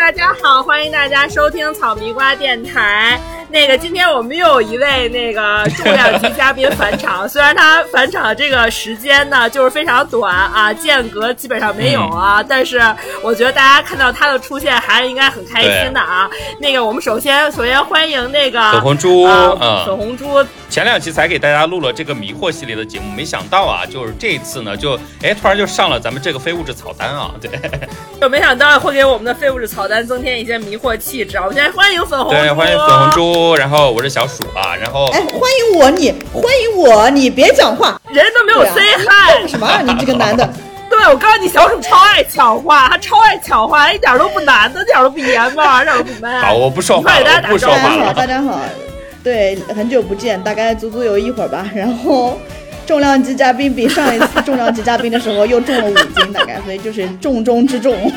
大家好，欢迎大家收听草莓瓜电台。今天我们又有一位重量级嘉宾返场，虽然他返场这个时间呢就是非常短啊，间隔基本上没有啊，但是我觉得大家看到他的出现还是应该很开心的啊。我们首先欢迎粉红猪， 粉红猪。 前2期才给大家录了这个迷惑系列的节目，没想到啊，就是这一次呢，突然就上了咱们这个非物质草单啊，对， 就没想到会给我们的非物质草单增添一些迷惑气质啊。我们现在欢迎粉红猪， 对，欢迎粉红猪，然后我是小鼠啊，然后欢迎我，你别讲话， 人都没有 say hi， 什么啊，你这个男的。 对，我告诉你，小鼠超爱抢话，他超爱抢话，一点都不难的，一点都不严嘛，一点都不慢。 好，我不说话了，我不说话了。 大家好，对，很久不见，大概足足有一会儿吧。然后重量级嘉宾比上一次重量级嘉宾的时候又重了5斤，大概，所以就是重中之重。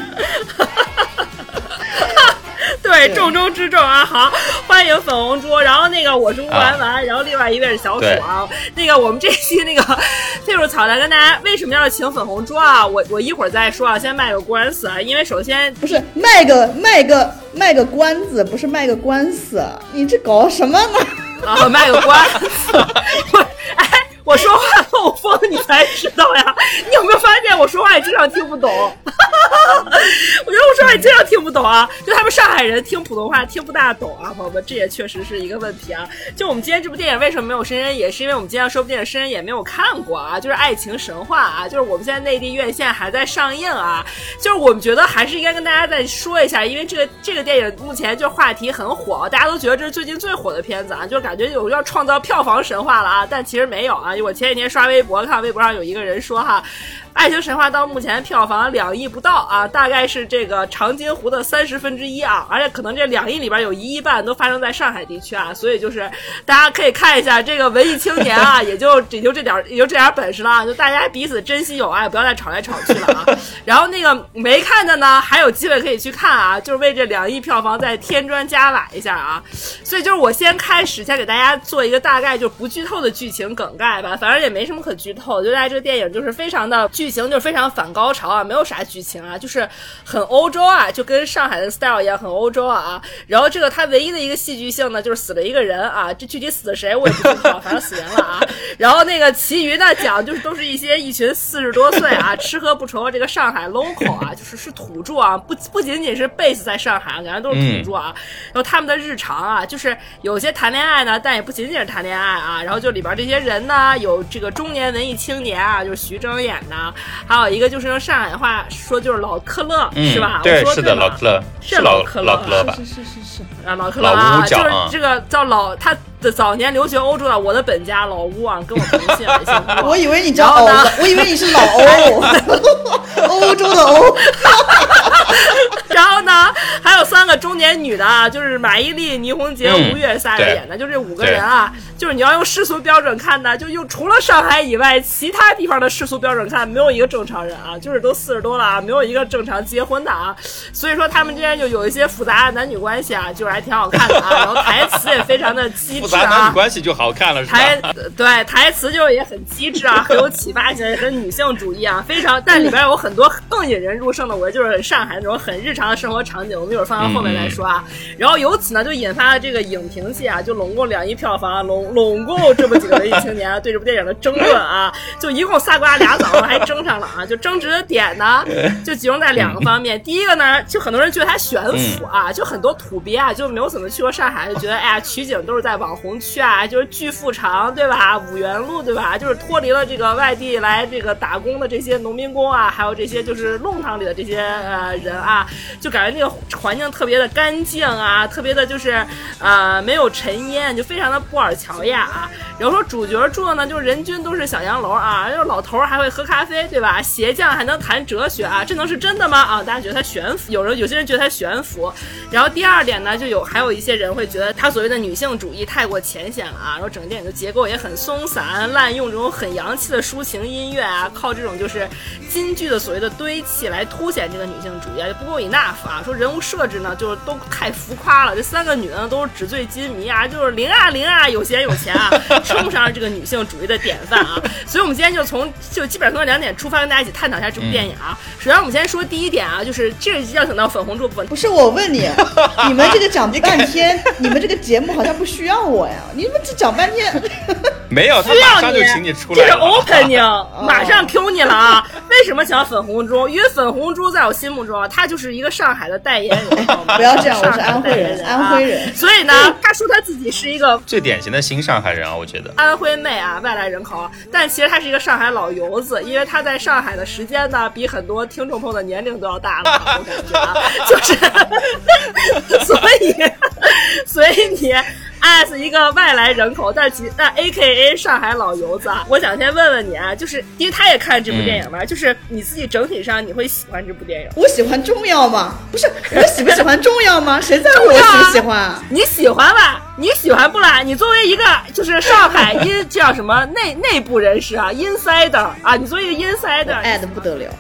对，重中之重啊！好，欢迎粉红猪，然后我是乌丸丸，然后另外一位是小鼠啊。我们这期非物质草单跟大家为什么要请粉红猪啊？我一会儿再说啊，先卖个关子啊，因为首先不是卖个关子，不是卖个官司，你这搞什么呢？ 啊，卖个关子，我说话漏风你才知道呀，你有没有发现我说话你经常听不懂？我觉得我说话你经常听不懂啊，就他们上海人听普通话听不大懂啊，朋友们，这也确实是一个问题啊。就我们今天这部电影为什么没有深深也是因为我们今天要说部电影深深也没有看过啊，就是爱情神话啊，就是我们现在内地院线还在上映啊，就是我们觉得还是应该跟大家再说一下，因为这个电影目前就话题很火，大家都觉得这是最近最火的片子啊，就感觉有要创造票房神话了啊，但其实没有啊。我前几天刷微博，看微博上有一个人说哈，爱情神话到目前票房2亿不到啊，大概是这个长津湖的1/30啊，而且可能这2亿里边有1亿半都发生在上海地区啊，所以就是大家可以看一下这个文艺青年啊，也就这点本事了啊，就大家彼此珍惜友爱，不要再吵来吵去了啊。然后没看的呢，还有机会可以去看啊，就是为这2亿票房再添砖加瓦一下啊。所以就是我先给大家做一个大概就不剧透的剧情梗概吧，反正也没什么可剧透，就在这个电影就是非常的剧情就是非常反高潮啊，没有啥剧情啊，就是很欧洲啊，就跟上海的 style 一样很欧洲啊。然后它唯一的一个戏剧性呢，就是死了一个人啊，这具体死的谁我也不知道，反正死人了啊。然后其余呢讲就是都是一群40多岁啊，吃喝不愁这个上海 local 啊，就是土著啊，不仅仅是 base 在上海，感觉都是土著啊。然后他们的日常啊，就是有些谈恋爱呢，但也不仅仅是谈恋爱啊。然后就里边这些人呢，有这个中年文艺青年啊，就是徐峥演的，还有一个就是用上海话说就是老克勒，是吧？ 对，是的，老克勒， 是老克勒吧？是啊，老克勒啊，就是这个叫他的早年留学欧洲的，我的本家老乌啊，跟我同姓也姓乌。 我以为你叫欧，我以为你是老欧，欧洲的欧。 然后呢，还有3个中年女的啊，就是马伊琍、倪虹洁、吴越仨人演的，就这5个人啊，就是你要用世俗标准看的，就除了上海以外，其他地方的世俗标准看，没有一个正常人啊，就是都40多了啊，没有一个正常结婚的啊，所以说他们之间就有一些复杂的男女关系啊，就是还挺好看的啊，然后台词也非常的机智啊，复杂男女关系就好看了，是吧？ 对，台词就也很机智啊，很有启发性，很女性主义啊，非常，但里边有很多更引人入胜的，我就是上海那种很日常的生活场景，我们一会儿放到后面再说啊。然后由此呢，就引发了这个影评界啊，就拢共2亿票房，拢共这么几个文艺青年啊，对这部电影的争论啊，就一共仨瓜俩枣还争上了啊。就争执的点呢，就集中在2个方面。第一个呢，就很多人觉得它悬浮啊，就很多土鳖啊，就没有怎么去过上海，就觉得哎呀，取景都是在网红区啊，就是巨富场对吧，五原路对吧，就是脱离了这个外地来这个打工的这些农民工啊，还有这些就是弄堂里的这些人啊，就感觉那个环境特别的干净啊，特别的就是没有尘烟，就非常的布尔乔亚啊。然后说主角住的呢，就是人均都是小洋楼啊，就是老头还会喝咖啡对吧，鞋匠还能谈哲学啊，这能是真的吗？啊，大家觉得他悬浮，有些人觉得他悬浮。然后第二点呢，还有一些人会觉得他所谓的女性主义太过浅显了啊，然后整个电影的结构也很松散，滥用这种很洋气的抒情音乐啊，靠这种就是金句的所谓的堆砌来凸显这个女性主义啊，不够 enough 啊。说人物设置呢，就是都太浮夸了。这3个女的都是纸醉金迷啊，就是灵啊，有闲啊，称不上这个女性主义的典范啊。所以我们今天就基本上从2点出发，跟大家一起探讨一下这部电影啊。首先我们先说第一点啊，就是这个要讲到粉红这部分。 不是我问你，你们这个讲半天，你们这个节目好像不需要我呀？你们这讲半天。 没有，他马上就请你出来了。 这是 opening， 马上 Q 你了啊！为什么讲粉红猪？因为粉红猪在我心目中啊，他就是一个上海的代言人。 不要这样，我是安徽人，安徽人。 所以呢，他说他自己是一个最典型的新上海人啊，我觉得安徽妹啊，外来人口啊，但其实他是一个上海老油子，因为他在上海的时间呢，比很多听众朋友的年龄都要大了，我感觉啊，就是所以你。as 一个外来人口，但AKA 上海老油子啊，我想先问问你啊，就是因为他也看这部电影嘛，就是你自己整体上你会喜欢这部电影？ 我喜欢中药吗？不是，我喜不喜欢中药吗？谁在乎我喜不喜欢啊？ 你喜欢吧？你喜欢不啦？你作为一个就是上海叫什么内部人士啊 ，insider 啊，你作为一个 insider， 爱的不得了。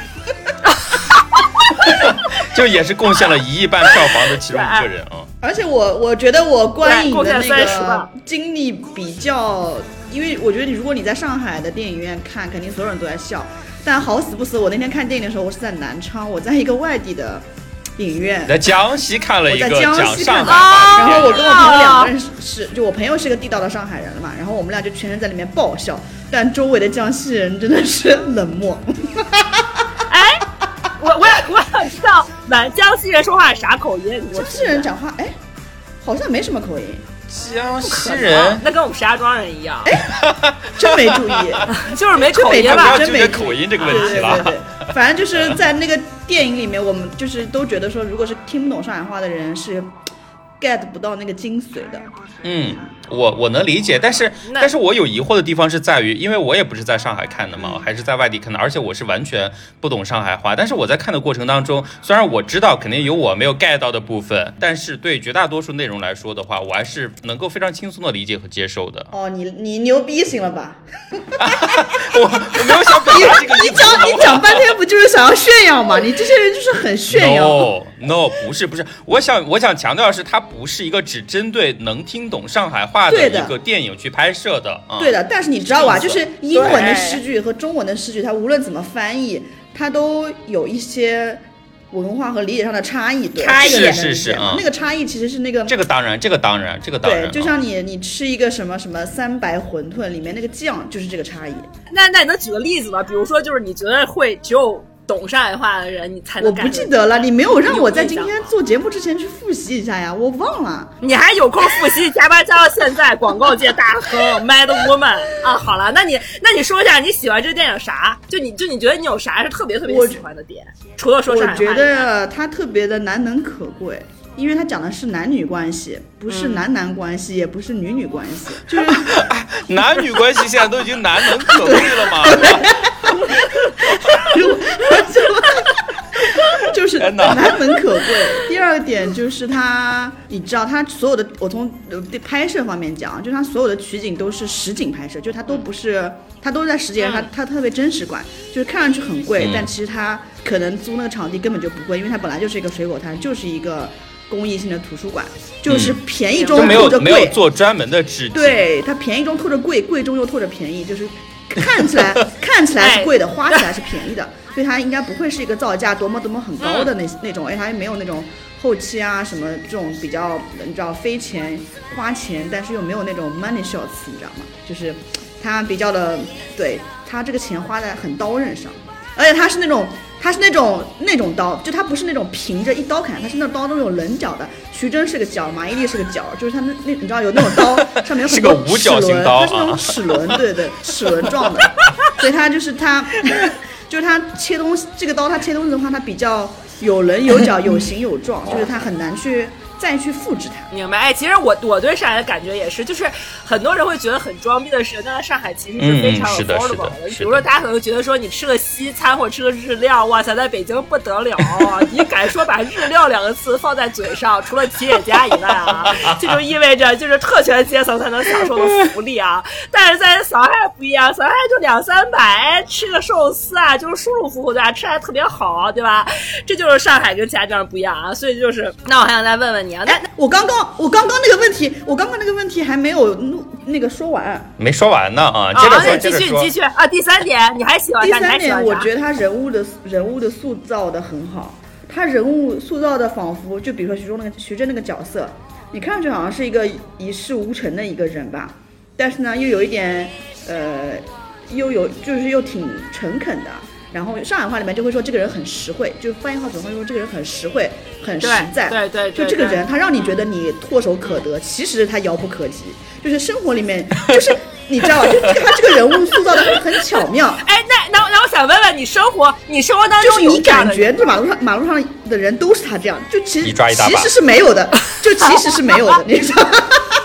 就也是贡献了1亿半票房的其中一个人啊！ 而且我觉得我观影的那个经历比较，因为我觉得如果你在上海的电影院看，肯定所有人都在笑。但好死不死，我那天看电影的时候，我是在南昌，我在一个外地的影院， 在江西看了一个讲上海话，然后我跟我朋友2个人就我朋友是个地道的上海人了嘛，然后我们俩就全程在里面爆笑，但周围的江西人真的是冷漠。 哎，我想知道江西人说话是啥口音？ 江西人讲话好像没什么口音。 江西人那跟我们石家庄人一样， 真没注意， 就是没口音吧？真没口音这个问题了。 对，反正就是在那个电影里面，我们就是都觉得说，如果是听不懂上海话的人是 get 不到那个精髓的。 我能理解，但是我有疑惑的地方是在于，因为我也不是在上海看的嘛，我还是在外地看的，而且我是完全不懂上海话。但是我在看的过程当中，虽然我知道肯定有我没有 get 到的部分，但是对绝大多数内容来说的话，我还是能够非常轻松的理解和接受的。 哦，你牛逼行了吧？ 我没有想表达这个意思。 你讲半天不就是想要炫耀吗？你这些人就是很炫耀。 No， 不是，我想强调的是，它不是一个只针对能听懂上海话的一个电影去拍摄的。 对的，但是你知道吧？就是英文的诗句和中文的诗句，它无论怎么翻译，它都有一些文化和理解上的差异。对， 是那个差异其实是那个。 这个当然。 对，就像你吃一个什么3白馄饨，里面那个酱就是这个差异。 那你能举个例子吗？比如说，就是你觉得会只有懂上海话的人你才能。 我不记得了，你没有让我在今天做节目之前去复习一下呀，我忘了。 你还有空复习，加班加到现在，广告界大亨 Mad Woman 啊！好了，那你说一下你喜欢这个电影啥？就你觉得你有啥是特别喜欢的点？除了说上海话， 我觉得它特别的难能可贵。因为它讲的是男女关系，不是男关系，也不是女关系，就是男女关系现在都已经难能可贵了吗？ 就是难能可贵。第二个点就是你知道他所有的，我从拍摄方面讲，就是他所有的取景都是实景拍摄，就是他都不是，他都在实际上，他特别真实感，就是看上去很贵，但其实他可能租那个场地根本就不贵，因为他本来就是一个水果摊，就是一个公益性的图书馆，就是便宜中透着贵， 没有做专门的纸。 对，它便宜中透着贵，贵中又透着便宜，就是看起来是贵的，花起来是便宜的，所以它应该不会是一个造价多么很高的那种，它也没有那种后期啊什么这种比较你知道飞钱花钱，但是又没有那种 money shots， 你知道吗？就是它比较的，对，它这个钱花在很刀刃上，而且它是那种刀，就它不是那种平着一刀砍，它是那种刀都有棱角的。徐峥是个角，马伊琍是个角，就是它那你知道有那种刀上面有很多是个五角形刀， 它是那种齿轮，对，齿轮状的，所以它就是它切东西，这个刀它切东西的话，它比较有棱有角，有形有状，就是它很难再去复制它。 明白。其实我对上海的感觉也是，就是很多人会觉得很装逼的是，但是上海其实是非常 affordable 的。比如说大家可能觉得说你吃个西掺和吃个日料，哇塞，在北京不得了啊！你敢说把日料2个字放在嘴上，除了企业家以外啊，这就意味着就是特权阶层才能享受的福利啊。但是在上海不一样，上海就200-300，吃个寿司啊，就是舒舒服服的，吃还特别好，对吧？这就是上海跟其他地方不一样啊。所以就是，那我还想再问问你啊， 我刚刚那个问题还没有那个说完， 没说完呢啊，接着说， 继续啊。第3点，你还喜欢啥？ 第3点，我觉得他人物的塑造的很好，他人物塑造的仿佛就比如说徐峥那个角色，你看上去好像是一个一事无成的一个人吧，但是呢又有一点又挺诚恳的。然后上海话里面就会说这个人很实惠，就翻译好普通话说这个人很实惠，很实在。 对， 就这个人他让你觉得你唾手可得，其实他遥不可及。就是生活里面，就是你知道吧？就他这个人物塑造的很巧妙。 哎，那我想问问你，生活当中就是你感觉这马路上的人都是他这样，就其实是没有的，你知道吗？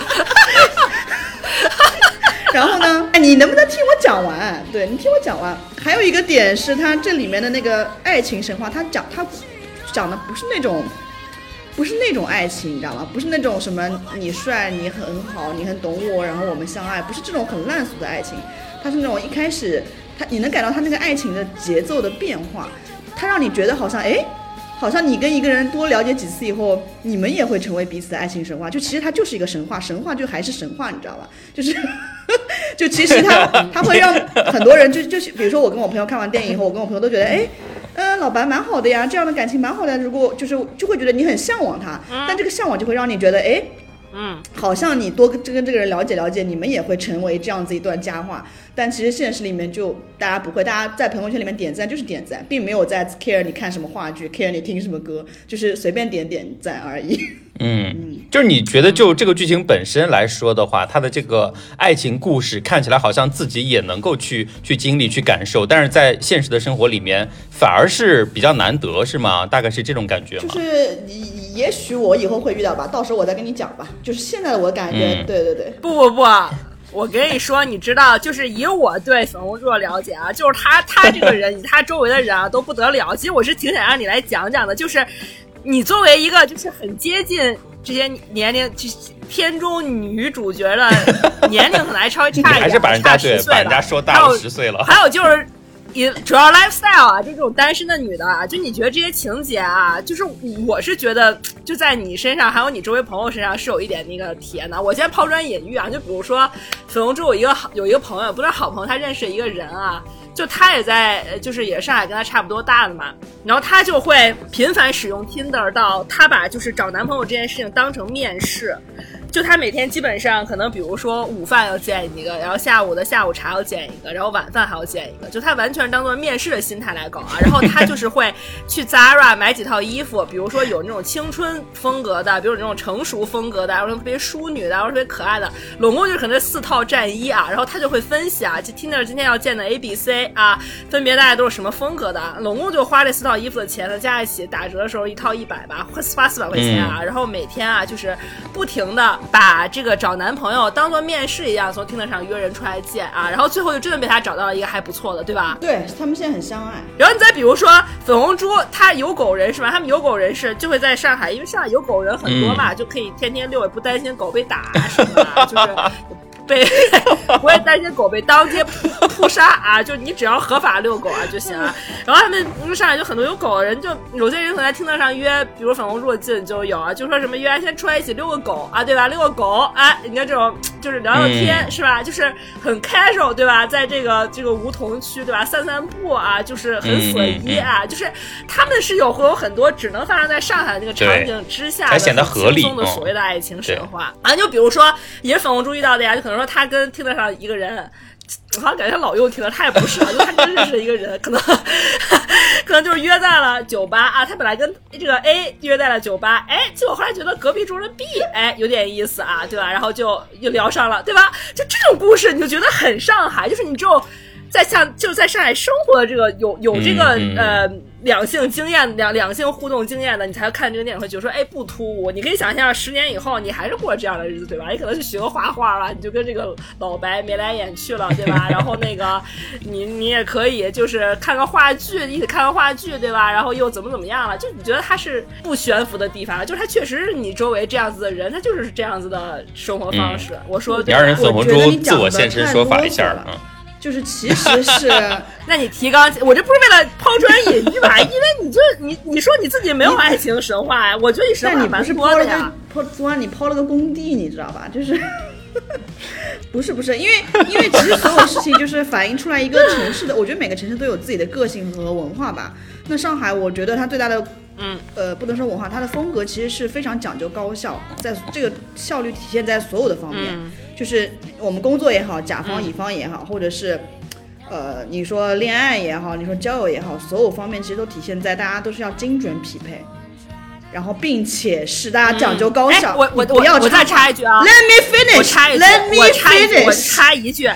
然后呢，你能不能听我讲完？对，你听我讲完。还有一个点是，他这里面的那个爱情神话，他讲的不是那种爱情，你知道吗？不是那种什么你帅，你很好，你很懂我，然后我们相爱，不是这种很烂俗的爱情。他是那种一开始你能感到他那个爱情的节奏的变化，他让你觉得好像你跟一个人多了解几次以后，你们也会成为彼此的爱情神话。就其实它就是一个神话，神话就还是神话，你知道吧？就是就其实它会让很多人就是比如说我跟我朋友看完电影以后，我跟我朋友都觉得老白蛮好的呀，这样的感情蛮好的。如果就会觉得你很向往他，但这个向往就会让你觉得好像你多跟这个人了解，你们也会成为这样子一段佳话。但其实现实里面就大家不会，大家在朋友圈里面点赞就是点赞，并没有在 care 你看什么话剧 ，care 你听什么歌，就是随便点赞而已。 就是你觉得就这个剧情本身来说的话，它的这个爱情故事看起来好像自己也能够去经历去感受，但是在现实的生活里面反而是比较难得，是吗？大概是这种感觉吗？ 就是也许我以后会遇到吧，到时候我再跟你讲吧。就是现在的我感觉，对， 不，我跟你说，你知道，就是以我对粉红猪的了解啊，就是他这个人，以他周围的人啊都不得了。其实我是挺想让你来讲讲的，就是你作为一个就是很接近这些年龄片中女主角的年龄可能还稍微差一点， 还是把人家说大了10岁了。 还有就是主要 lifestyle 啊，就这种单身的女的啊，就你觉得这些情节啊，就是我是觉得就在你身上还有你周围朋友身上是有一点那个体验的。我先抛砖引玉啊，就比如说粉红猪有一个朋友，不是好朋友，他认识一个人啊，就他也在就是也上海跟他差不多大的嘛，然后他就会频繁使用 Tinder 到他把就是找男朋友这件事情当成面试。就他每天基本上可能比如说午饭要见一个，然后下午茶要见一个，然后晚饭还要见一个，就他完全当做面试的心态来搞啊。然后他就是会去 Zara 买几套衣服，比如说有那种青春风格的，比如那种成熟风格的，然后特别淑女的，然后特别可爱的，拢共就是可能4套战衣啊。然后他就会分析啊，就 Tinder 今天要见的 ABC 啊，分别大家都是什么风格的，拢共就花这4套衣服的钱呢，加一起打折的时候1套100吧，花400块钱啊。然后每天啊就是不停的把这个找男朋友当做面试一样从 Tinder 上约人出来见啊，然后最后就真的被他找到了一个还不错的，对吧？ 对，他们现在很相爱。 然后你再比如说粉红猪，他有狗人是吧？他们有狗人士就会在上海，因为上海有狗人很多嘛，就可以天天遛，也不担心狗被打什么的，就是不会担心狗被当街扑杀啊，就你只要合法遛狗啊就行啊。然后他们上海就很多有狗的人，就有些人可能在听得上约，比如粉红猪近就有啊，就说什么约先出来一起遛个狗啊，对吧？遛个狗啊，你看这种就是聊聊天是吧？就是很 casual 对吧？在这个梧桐区对吧？散步啊，就是很随意啊，就是他们是会有很多只能发生在上海那个场景之下的才显得合理的所谓的爱情神话啊。就比如说也是粉红猪遇到的呀，就可能说他跟听得上一个人，好像感觉老用听了，他也不是，就他真认识了一个人，可能就是约在了酒吧啊，他本来跟这个 A 约在了酒吧，结果后来觉得隔壁桌的 B 有点意思啊，对吧？然后就聊上了，对吧？就这种故事你就觉得很上海，就是你只有就在上海生活的这个有这个两性经验两性互动经验的，你才看这个电影会觉得说，哎，不突兀。你可以想象10年以后你还是过这样的日子，对吧？你可能去学个画画了，你就跟这个老白眉来眼去了，对吧？然后那个你也可以就是看个话剧，一起看个话剧，对吧？然后又怎么样了？就你觉得它是不悬浮的地方，就是它确实是你周围这样子的人，他就是这样子的生活方式。我说你让人粉红猪自我现身说法一下了。就是其实是， 那你提纲，我这不是为了抛砖引玉吧？因为你说你自己没有爱情神话呀，我觉得你神话蛮多的呀。 你抛了个工地，你知道吧？就是，不是，因为其实所有事情就是反映出来一个城市的，我觉得每个城市都有自己的个性和文化吧。那上海，我觉得它最大的不能说文化，它的风格其实是非常讲究高效，在这个效率体现在所有的方面。就是我们工作也好，甲方乙方也好，或者是你说恋爱也好，你说交友也好，所有方面其实都体现在大家都是要精准匹配，然后并且是大家讲究高效。 我再插一句啊 ，Let me finish， 我插一句，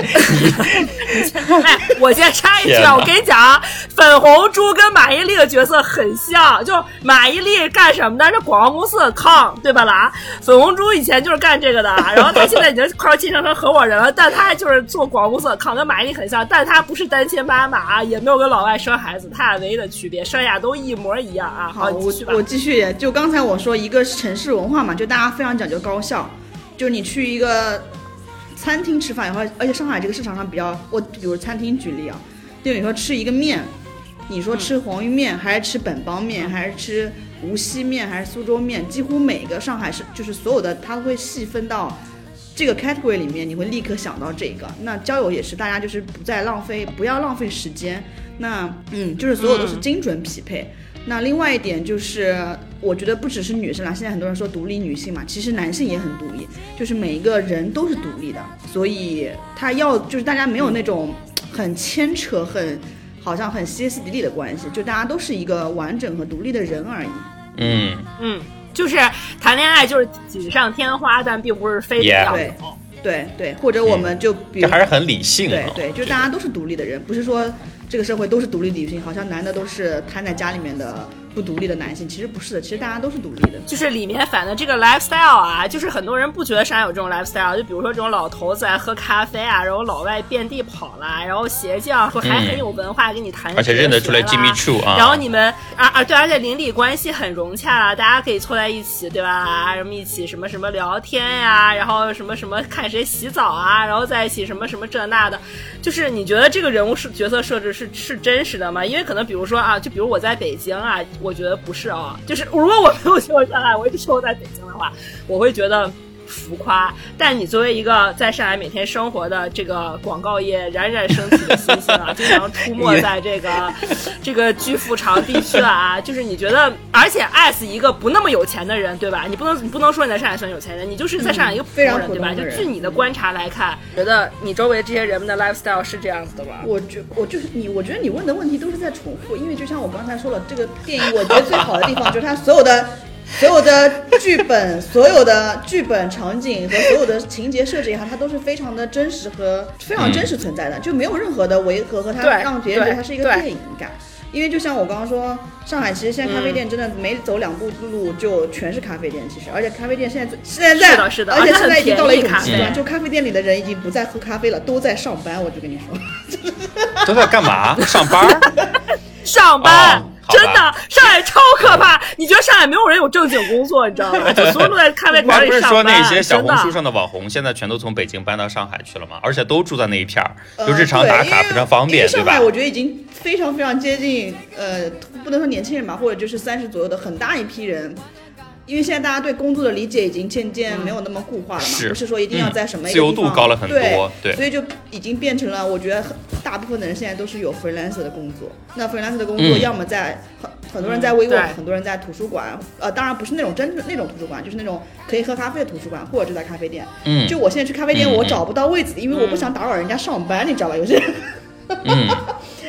我先插一句啊，我跟你讲啊，粉红猪跟马伊琍的角色很像，就马伊琍干什么的？是广告公司的抗，对吧啦？粉红猪以前就是干这个的，然后他现在已经快要晋升成合伙人了，但他就是做广告公司的抗，跟马伊琍很像，但他不是单亲妈妈，也没有跟老外生孩子，他俩唯一的区别，剩下都一模一样啊。好，继续吧。 我继续。就刚才我说，一个是城市文化嘛，就大家非常讲究高效。就你去一个餐厅吃饭，而且上海这个市场上比较，我比如餐厅举例啊，就你说吃一个面，你说吃黄鱼面，还是吃本帮面，还是吃无锡面，还是苏州面，几乎每个上海市就是所有的，它会细分到这个 category 里面，你会立刻想到这个。那交友也是，大家就是不要浪费时间。那就是所有都是精准匹配。那另外一点就是，我觉得不只是女生啦，现在很多人说独立女性嘛，其实男性也很独立，就是每一个人都是独立的，所以他就是大家没有那种很牵扯、好像很歇斯底里的关系，就大家都是一个完整和独立的人而已。 就是谈恋爱就是锦上添花，但并不是非得要有。 对，或者我们就比如这还是很理性的。 对，就是大家都是独立的人，不是说这个社会都是独立女性，好像男的都是瘫在家里面的不独立的男性，其实不是的，其实大家都是独立的。 就是里面反正这个 lifestyle 啊，就是很多人不觉得上海有这种 lifestyle， 就比如说这种老头子喝咖啡啊，然后老外遍地跑啦，然后鞋匠说还很有文化跟你谈， 而且认得出来 Jimmy Choo 啊， 然后你们对，而且邻里关系很融洽啊，大家可以凑在一起，对吧？什么一起什么什么聊天呀，然后什么什么看谁洗澡啊，然后在一起什么什么这那的，就是你觉得这个人物角色设置是真实的吗？因为可能比如说啊，就比如我在北京啊，我觉得不是啊，就是如果我没有去过上海，我一直生活在北京的话，我会觉得浮夸。但你作为一个在上海每天生活的这个广告业冉冉升起的新星啊，经常出没在这个巨富场地区啊，就是你觉得，而且 as 一个不那么有钱的人，对吧？你不能说你在上海算有钱人，你就是在上海一个普通人，对吧？就据你的观察来看，觉得你周围这些人们的 lifestyle 是这样子的吧？ 我觉得你问的问题都是在重复，因为就像我刚才说了，这个电影我觉得最好的地方就是它所有的剧本、所有的剧本场景和所有的情节设置也好，它都是非常的真实和非常真实存在的，就没有任何的违和和它让别人觉得它是一个电影感。因为就像我刚刚说，上海其实现在咖啡店真的每走2步路就全是咖啡店，其实而且咖啡店现在是的， 而且现在已经到了一种极端，就咖啡店里的人已经不再喝咖啡了，都在上班。我就跟你说， 都在干嘛？上班？ 上班。真的，上海超可怕！你觉得上海没有人有正经工作，你知道吗？就所有人都在咖啡馆里上班。 不是说那些小红书上的网红现在全都从北京搬到上海去了吗？而且都住在那一片就日常打卡非常方便，对吧？ 上海我觉得已经非常非常接近，不能说年轻人吧，或者就是30左右的很大一批人。因为现在大家对工作的理解已经渐渐没有那么固化了嘛，不是说一定要在什么一个地方， 自由度高了很多， 对，所以就已经变成了，我觉得大部分的人现在都是有 freelancer 的工作。那 freelancer 的工作要么在很多人在微博，很多人在图书馆，当然不是那种那种图书馆，就是那种可以喝咖啡的图书馆，或者就在咖啡店。就我现在去咖啡店，我找不到位子，因为我不想打扰人家上班，你知道吧？有些人。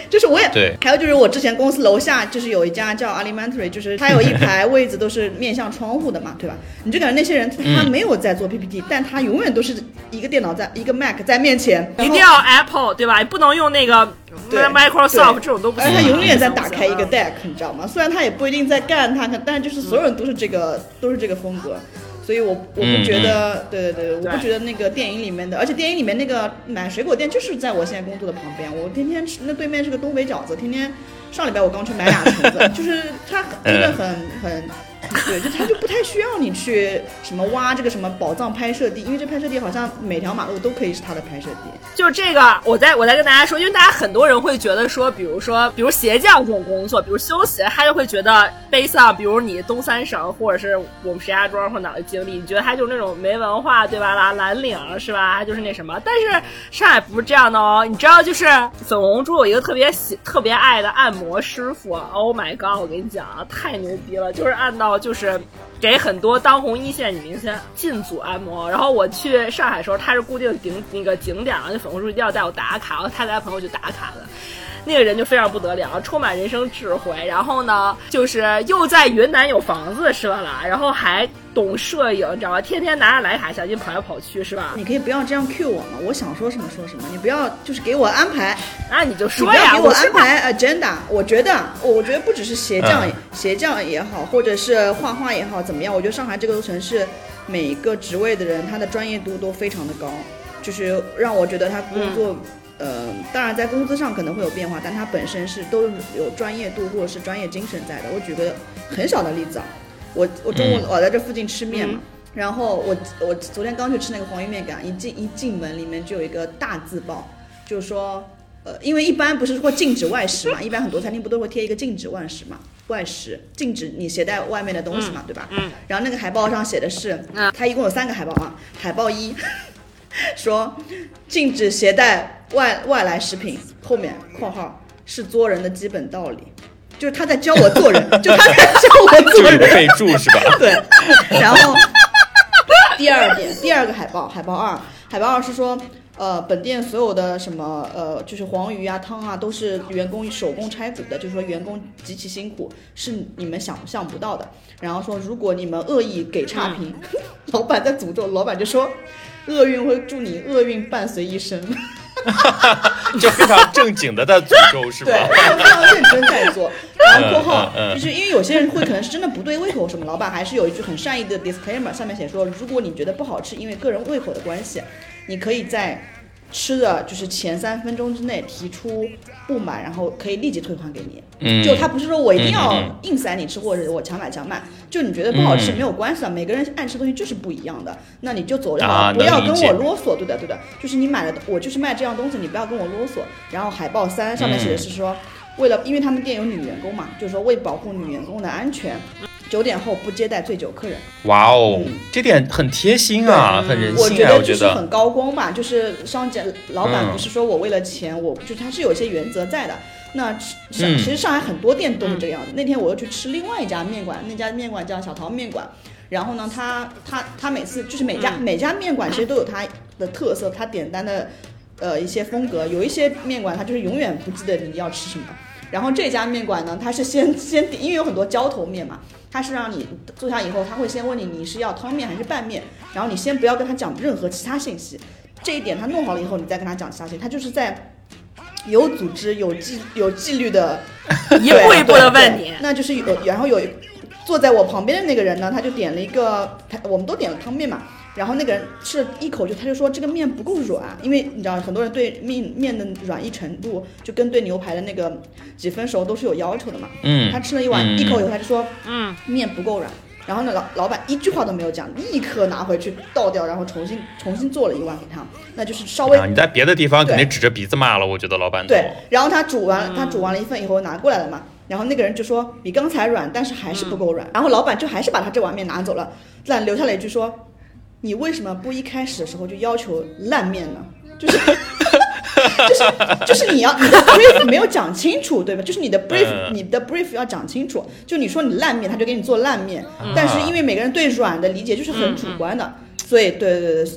就是我也对， 还有就是我之前公司楼下就是有一家叫 Alimentary， 就是它有一排位子都是面向窗户的嘛，对吧？你就感觉那些人他没有在做 PPT，但他永远都是一个电脑一个 Mac 在面前， 一定要 Apple 对吧？你不能用那个 Microsoft 这种都不行。 而且他永远在打开一个 Deck， 你知道吗？虽然他也不一定在干他，但就是所有人都是这个风格。所以我不觉得，对，我不觉得那个电影里面的，而且电影里面那个买水果店就是在我现在工作的旁边，我天天吃，那对面是个东北饺子，天天上礼拜我刚去买2橙子，就是它真的很。对，就他就不太需要你去什么挖这个什么宝藏拍摄地，因为这拍摄地好像每条马路都可以是他的拍摄地。 就这个，我再跟大家说，因为大家很多人会觉得说，比如鞋匠这种工作，比如修鞋，他就会觉得背上，比如你东三省或者是我们石家庄或哪的经历，你觉得他就是那种没文化，对吧？蓝领是吧？就是那什么。但是上海不是这样的哦，你知道，就是粉红猪有一个特别爱的按摩师傅 ，Oh my god！ 我跟你讲啊，太牛逼了，就是按到。就是给很多当红一线女明星进组按摩，然后我去上海的时候，他是固定那个景点，就粉红猪一定要带我打卡，然后他带朋友去打卡的。那个人就非常不得了，充满人生智慧，然后呢，就是又在云南有房子是吧啦，然后还懂摄影，你知道吗？天天拿着徕卡相机跑来跑去是吧？ 你可以不要这样 cue 我吗？我想说什么说什么，你不要就是给我安排， 那你就说呀， 你不要给我安排 agenda。我觉得不只是鞋匠也好，或者是画画也好，怎么样？我觉得上海这个城市每一个职位的人，他的专业度都非常的高，就是让我觉得他工作。当然在工资上可能会有变化，但它本身是都有专业度或者是专业精神在的。我举个很小的例子啊，我中午我在这附近吃面嘛，然后我昨天刚去吃那个黄鱼面馆，一进门里面就有一个大字报，就是说因为一般不是说禁止外食嘛，一般很多餐厅不都会贴一个禁止外食，禁止你携带外面的东西嘛，对吧？然后那个海报上写的是，它一共有3个海报啊，海报1。说禁止携带外来食品，后面括号是做人的基本道理，就是他在教我做人，就他在教我做人， 就是备注是吧？ 对。然后第二个海报2是说，本店所有的什么就是黄鱼啊汤啊都是员工手工拆骨的，就是说员工极其辛苦，是你们想象不到的。然后说如果你们恶意给差评，老板在诅咒，老板就说。厄运会祝你厄运伴随一生， 就非常正经的在诅咒是吧？ 对，非常认真在做。然后括号就是因为有些人会可能是真的不对胃口什么，老板还是有一句很善意的 disclaimer， 上面写说，如果你觉得不好吃，因为个人胃口的关系，你可以在吃的就是前3分钟之内提出不满，然后可以立即退还给你。就他不是说我一定要硬塞你吃，或者我强买强卖，就你觉得不好吃没有关系的，每个人爱吃的东西就是不一样的，那你就走就好，不要跟我啰嗦，对的，就是你买的我就是卖这样东西，你不要跟我啰嗦。然后海报3上面写的是说，因为他们店有女员工嘛，就是说为保护女员工的安全。9点后不接待醉酒客人。 哇哦，这点很贴心啊，很人性啊， 我觉得就是很高光嘛，就是商家老板不是说我为了钱，我就他是有一些原则在的。那其实上海很多店都是这个样子。那天我又去吃另外一家面馆，那家面馆叫小桃面馆。然后呢，他每次就是每家面馆其实都有它的特色，它点单的一些风格。有一些面馆它就是永远不记得你要吃什么。然后这家面馆呢，它是先点，因为有很多浇头面嘛，它是让你坐下以后，他会先问你是要汤面还是拌面，然后你先不要跟他讲任何其他信息。这一点他弄好了以后，你再跟他讲其他信息，他就是在有组织、有纪律的一步一步的问你。 那就是然后有坐在我旁边的那个人呢，他就点了一个，我们都点了汤面嘛。然后那个人吃了一口，他就说这个面不够软，因为你知道很多人对面的软硬程度就跟对牛排的那个几分熟都是有要求的嘛。他吃了一口以后，他就说面不够软。然后呢，老板一句话都没有讲，立刻拿回去倒掉，然后重新做了一碗给他，那就是稍微。 你在别的地方肯定指着鼻子骂了，我觉得老板。 对，然后他煮完了一份以后拿过来了嘛，然后那个人就说比刚才软，但是还是不够软。然后老板就还是把他这碗面拿走了，但留下了一句说。你为什么不一开始的时候就要求烂面呢？就是你的 brief 没有讲清楚，对吧？就是你的 brief 要讲清楚。就你说你烂面，他就给你做烂面。但是因为每个人对软的理解就是很主观的，所以对，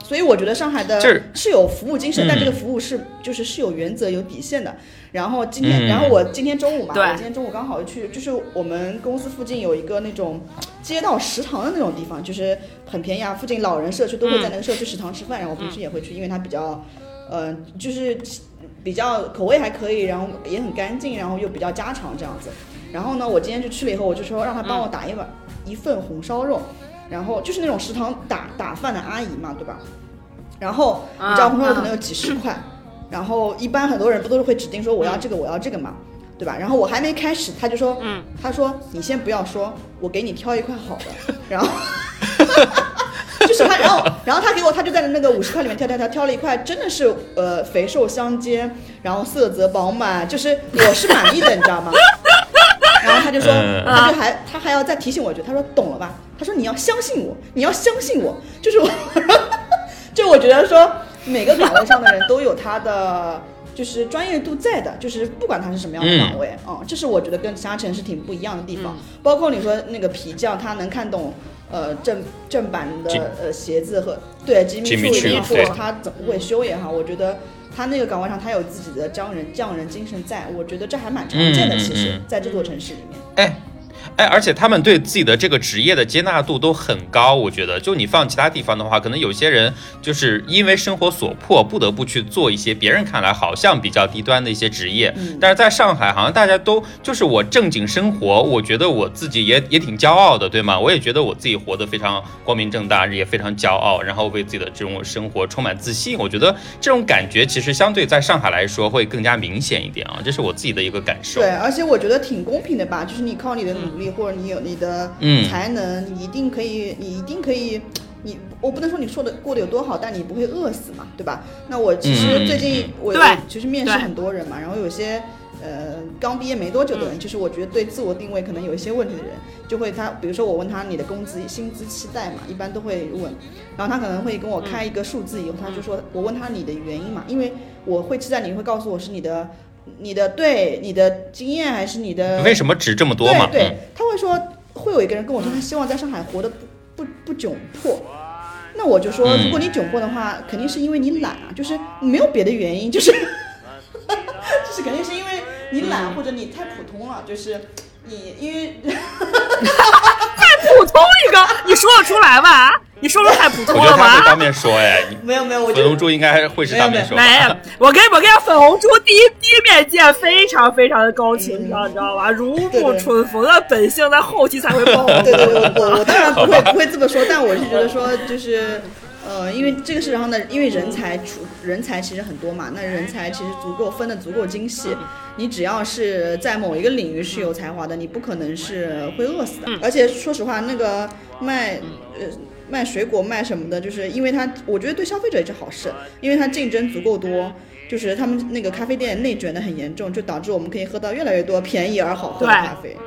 所以我觉得上海的是有服务精神，但这个服务是有原则有底线的。然后我今天中午嘛，我今天中午刚好去，就是我们公司附近有一个那种街道食堂的那种地方，就是很便宜啊，附近老人社区都会在那个社区食堂吃饭，然后我平时也会去，因为它比较就是比较口味还可以，然后也很干净，然后又比较家常这样子。然后呢，我今天就去了以后，我就说让他帮我打一份红烧肉，然后就是那种食堂打饭的阿姨嘛，对吧？然后你知道红烧肉可能有几十块，然后一般很多人不都是会指定说我要这个我要这个嘛，对吧？然后我还没开始，他就说，他说你先不要说，我给你挑一块好的，然后。就是他，然后他给我，他就在那个50块里面挑了一块，真的是肥瘦相间，然后色泽饱满，就是我是满意的，你知道吗？然后他就说，他还要再提醒我一句，他说懂了吧？他说你要相信我，你要相信我，就是我，就我觉得说每个岗位上的人都有他的就是专业度在的，就是不管他是什么样的岗位，这是我觉得跟其他城市挺不一样的地方。包括你说那个皮匠，他能看懂正版的鞋子和对吉米处也好，或者他怎么会修也好，我觉得他那个岗位上他有自己的匠人精神在，我觉得这还蛮常见的。其实在这座城市里面， 而且他们对自己的这个职业的接纳度都很高，我觉得就你放其他地方的话，可能有些人就是因为生活所迫不得不去做一些别人看来好像比较低端的一些职业，但是在上海好像大家都就是我正经生活，我觉得我自己也挺骄傲的，对吗？我也觉得我自己活得非常光明正大，也非常骄傲，然后为自己的这种生活充满自信。我觉得这种感觉其实相对在上海来说会更加明显一点啊，这是我自己的一个感受。 对，而且我觉得挺公平的吧，就是你靠你的努力，或者你有你的才能，你一定可以，我不能说你说的过得有多好，但你不会饿死嘛，对吧？那我其实最近我其实面试很多人嘛，然后有些刚毕业没多久的人，就是我觉得对自我定位可能有一些问题的人，就会比如说我问他你的工资薪资期待嘛，一般都会问，然后他可能会跟我开一个数字以后，他就说我问他你的原因嘛，因为我会期待你会告诉我是你的经验还是你的为什么值这么多嘛？ 对，他会说会有一个人跟我说他希望在上海活得不窘迫，那我就说如果你窘迫的话，肯定是因为你懒啊，就是没有别的原因，就是就是肯定是因为你懒或者你太普通了，就是你因为太普通一个，你说得出来吧？你说的太普通了吧？ 我觉得他会当面说没有，我粉红猪应该会是当面说。 没有，我跟粉红猪第一面见非常非常的高情商，你知道吧？如沐春风的本性在后期才会爆。 对，我当然不会这么说，但我是觉得说就是因为这个市场上的，因为人才其实很多嘛，那人才其实分得足够精细，你只要是在某一个领域是有才华的，你不可能是会饿死的。而且说实话，那个卖水果卖什么的，就是因为我觉得对消费者也是好事，因为它竞争足够多，就是他们那个咖啡店内卷的很严重，就导致我们可以喝到越来越多便宜而好喝的咖啡。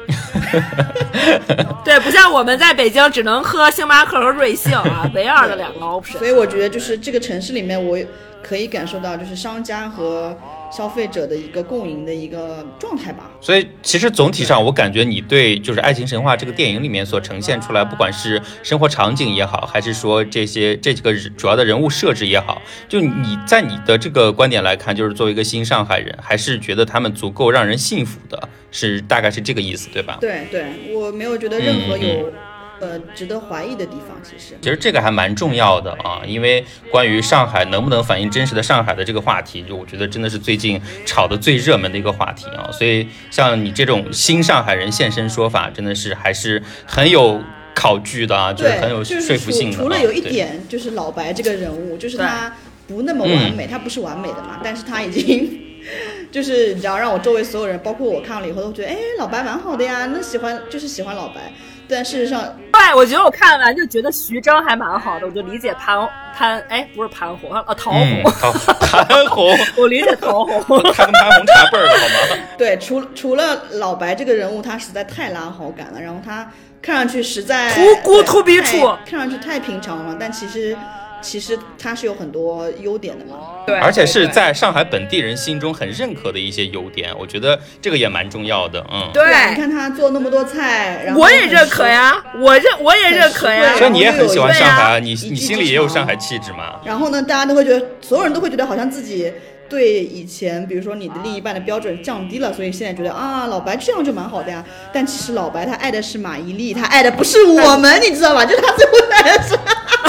对，不像我们在北京只能喝星巴克和瑞幸啊，唯二的两个 option。 所以我觉得就是这个城市里面，我可以感受到就是商家和消费者的一个共赢的一个状态吧。 所以其实总体上我感觉你对就是《爱情神话》这个电影里面所呈现出来，不管是生活场景也好，还是说这几个主要的人物设置也好，就你在你的这个观点来看，就是作为一个新上海人，还是觉得他们足够让人信服的，大概是这个意思，对吧？ 对，我没有觉得任何有值得怀疑的地方。 其实这个还蛮重要的啊，因为关于上海能不能反映真实的上海的这个话题，就我觉得真的是最近炒的最热门的一个话题啊。所以像你这种新上海人现身说法，真的是还是很有考据的啊，就是很有说服性的。 除了有一点就是老白这个人物，就是他不那么完美，他不是完美的嘛，但是他已经就是你知道，让我周围所有人，包括我看了以后都觉得，老白蛮好的呀，那喜欢老白。但事实上， 对，我觉得我看完就觉得徐峥还蛮好的，我就理解不是潘虹啊，陶虹， 潘虹， 我理解陶虹， 他跟潘虹差辈儿的好吗？ 对，除了老白这个人物，他实在太拉好感了，然后他看上去实在 too good to be true， 看上去太平常了，但其实其实它是有很多优点的嘛。 对， 而且是在上海本地人心中很认可的一些优点，我觉得这个也蛮重要的。 对， 你看他做那么多菜，然后我也认可呀，我也认可呀。 所以你也很喜欢上海啊，你心里也有上海气质嘛。 然后呢，大家都会觉得，所有人都会觉得好像自己对以前，比如说你的另一半的标准降低了，所以现在觉得啊，老白这样就蛮好的呀。但其实老白他爱的是马伊琍，他爱的不是我们，你知道吧？就是他最后爱的是，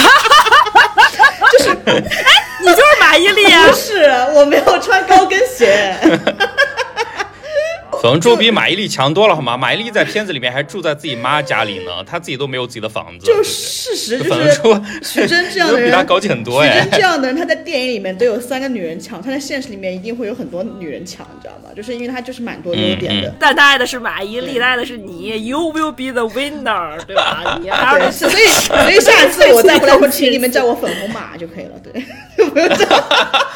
就是你就是马伊琍啊！ 不是，我没有穿高跟鞋。 粉红猪比马伊琍强多了好吗？马伊琍在片子里面还住在自己妈家里呢，她自己都没有自己的房子。 就是事实就是，徐峥这样的人比她高级很多哎。 徐峥这样的人，他在电影里面都有3个女人抢，他在现实里面一定会有很多女人抢，你知道吗？就是因为他就是蛮多优点的。 但他爱的是马伊琍，他爱的是你 ，You will be the winner， 对吧？你对， 所以下次我再回来，请你们叫我粉红马就可以了，对，不用这样。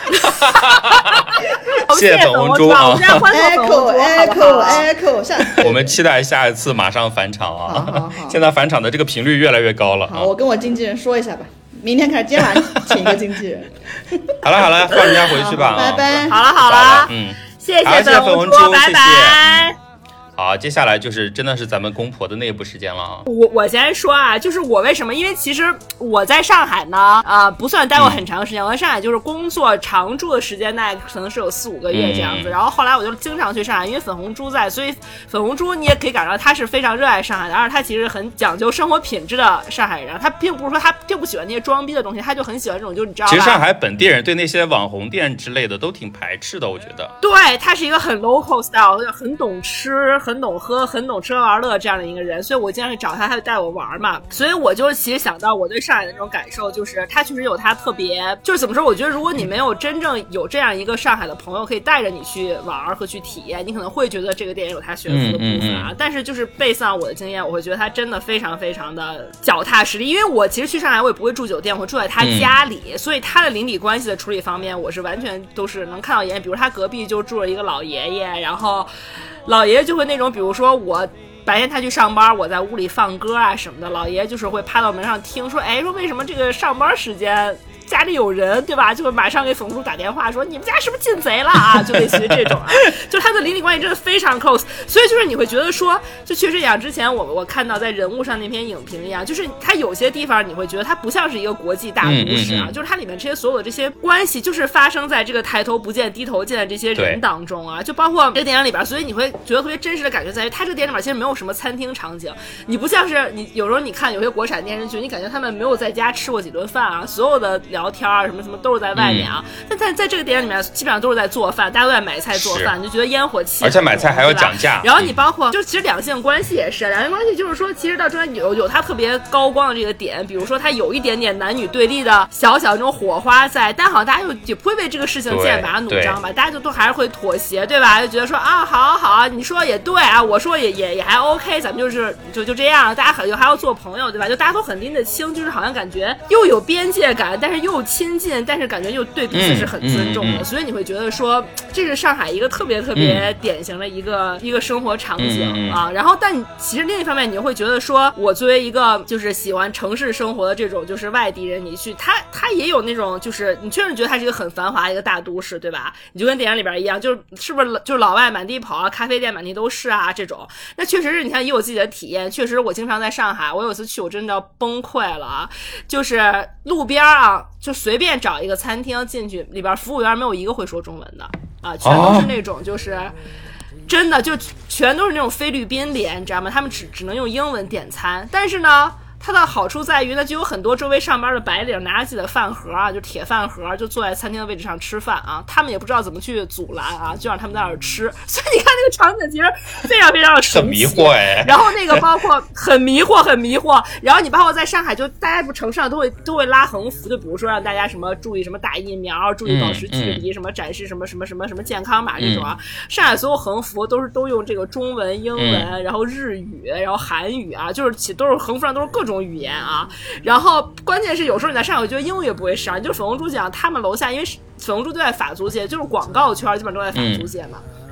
谢谢粉红猪啊！ 我们家欢送粉红猪。 Echo， 我们期待下一次马上返场啊！ 好， 现在返场的这个频率越来越高了。 好，我跟我经纪人说一下吧，明天开始，今天晚上请一个经纪人。 好了，放人家回去吧。 拜拜。 好了，谢谢粉红猪， 拜拜。 好，接下来就是真的是咱们公婆的内部时间了啊。 我先说啊，就是我为什么？因为其实我在上海呢，不算待过很长时间。我在上海就是工作常住的时间，大概可能是有4-5个月这样子。然后后来我就经常去上海，因为粉红猪在，所以粉红猪你也可以感受到他是非常热爱上海的，而且他其实很讲究生活品质的上海人。他并不是说他并不喜欢那些装逼的东西，他就很喜欢这种，就是你知道吧？ 其实上海本地人对那些网红店之类的都挺排斥的，我觉得。 对，他是一个很 local style， 很懂吃，很懂喝，很懂吃喝玩乐这样的一个人，所以我经常去找他，他就带我玩嘛。所以我就其实想到我对上海的那种感受，就是他确实有他特别，就是怎么说？我觉得如果你没有真正有这样一个上海的朋友可以带着你去玩和去体验，你可能会觉得这个电影有他悬浮的部分啊。但是就是based on我的经验，我会觉得他真的非常非常的脚踏实地。因为我其实去上海我也不会住酒店，我会住在他家里，所以他的邻里关系的处理方面，我是完全都是能看到眼。比如他隔壁就住了一个老爷爷，然后老爷爷就会那种，比如说我白天他去上班，我在屋里放歌啊什么的，老爷爷就是会趴到门上听，说说为什么这个上班时间家里有人，对吧？就会马上给粉红猪打电话说你们家是不是进贼了啊？就类似于这种啊，就他的邻里关系真的非常 close， 所以就是你会觉得说，就确实像之前我看到在人物上那篇影评一样，就是它有些地方你会觉得它不像是一个国际大都市啊，就是它里面这些所有的这些关系，就是发生在这个抬头不见低头见的这些人当中啊，就包括这个电影里边，所以你会觉得特别真实的感觉在于，它这个电影里边其实没有什么餐厅场景，你不像是你有时候你看有些国产电视剧，你感觉他们没有在家吃过几顿饭啊，所有的聊天啊什么什么都是在外面啊，但在这个电影里面基本上都是在做饭，大家都在买菜做饭，就觉得烟火气， 而且买菜还要讲价。 然后你包括就其实两性关系也是，两性关系就是说，其实到中间有它特别高光的这个点，比如说它有一点点男女对立的小这种火花在，但好像大家也不会为这个事情剑拔弩张吧，大家就都还是会妥协，对吧？就觉得说啊，好，你说也对啊，我说也还 OK， 咱们就这样，大家还要做朋友，对吧？就大家都很拎得清，就是好像感觉又有边界感，但是又亲近，但是感觉又对彼此是很尊重的，所以你会觉得说这是上海一个特别特别典型的一个生活场景啊。然后但其实另一方面你会觉得说，我作为一个就是喜欢城市生活的这种就是外地人，你去他也有那种就是你确实觉得它是一个很繁华一个大都市，对吧？你就跟电影里边一样，是不是就是老外满地跑啊，咖啡店满地都是啊这种。那确实是你看也有自己的体验，确实我经常在上海，我有一次去我真的要崩溃了啊，就是路边啊就随便找一个餐厅进去，里边服务员没有一个会说中文的啊，全都是那种就是真的就全都是那种菲律宾脸，你知道吗？他们只能用英文点餐，但是呢它的好处在于呢，就有很多周围上班的白领拿着自己的饭盒啊，就铁饭盒，就坐在餐厅的位置上吃饭啊，他们也不知道怎么去阻拦啊，就让他们在那儿吃。所以你看那个场景其实非常非常的神奇， 很迷惑哎。 然后那个包括很迷惑，然后你包括在上海，就大家不城市上都会拉横幅，就比如说让大家什么注意什么打疫苗，注意保持距离，什么展示什么健康码这种啊。上海所有横幅都用这个中文、英文，然后日语，然后韩语啊，就是都是横幅上都是各种语言啊，然后关键是有时候你在上海，我觉得英语也不会上。就是粉红猪讲他们楼下，因为粉红猪都在法租界，就是广告圈基本都在法租界嘛。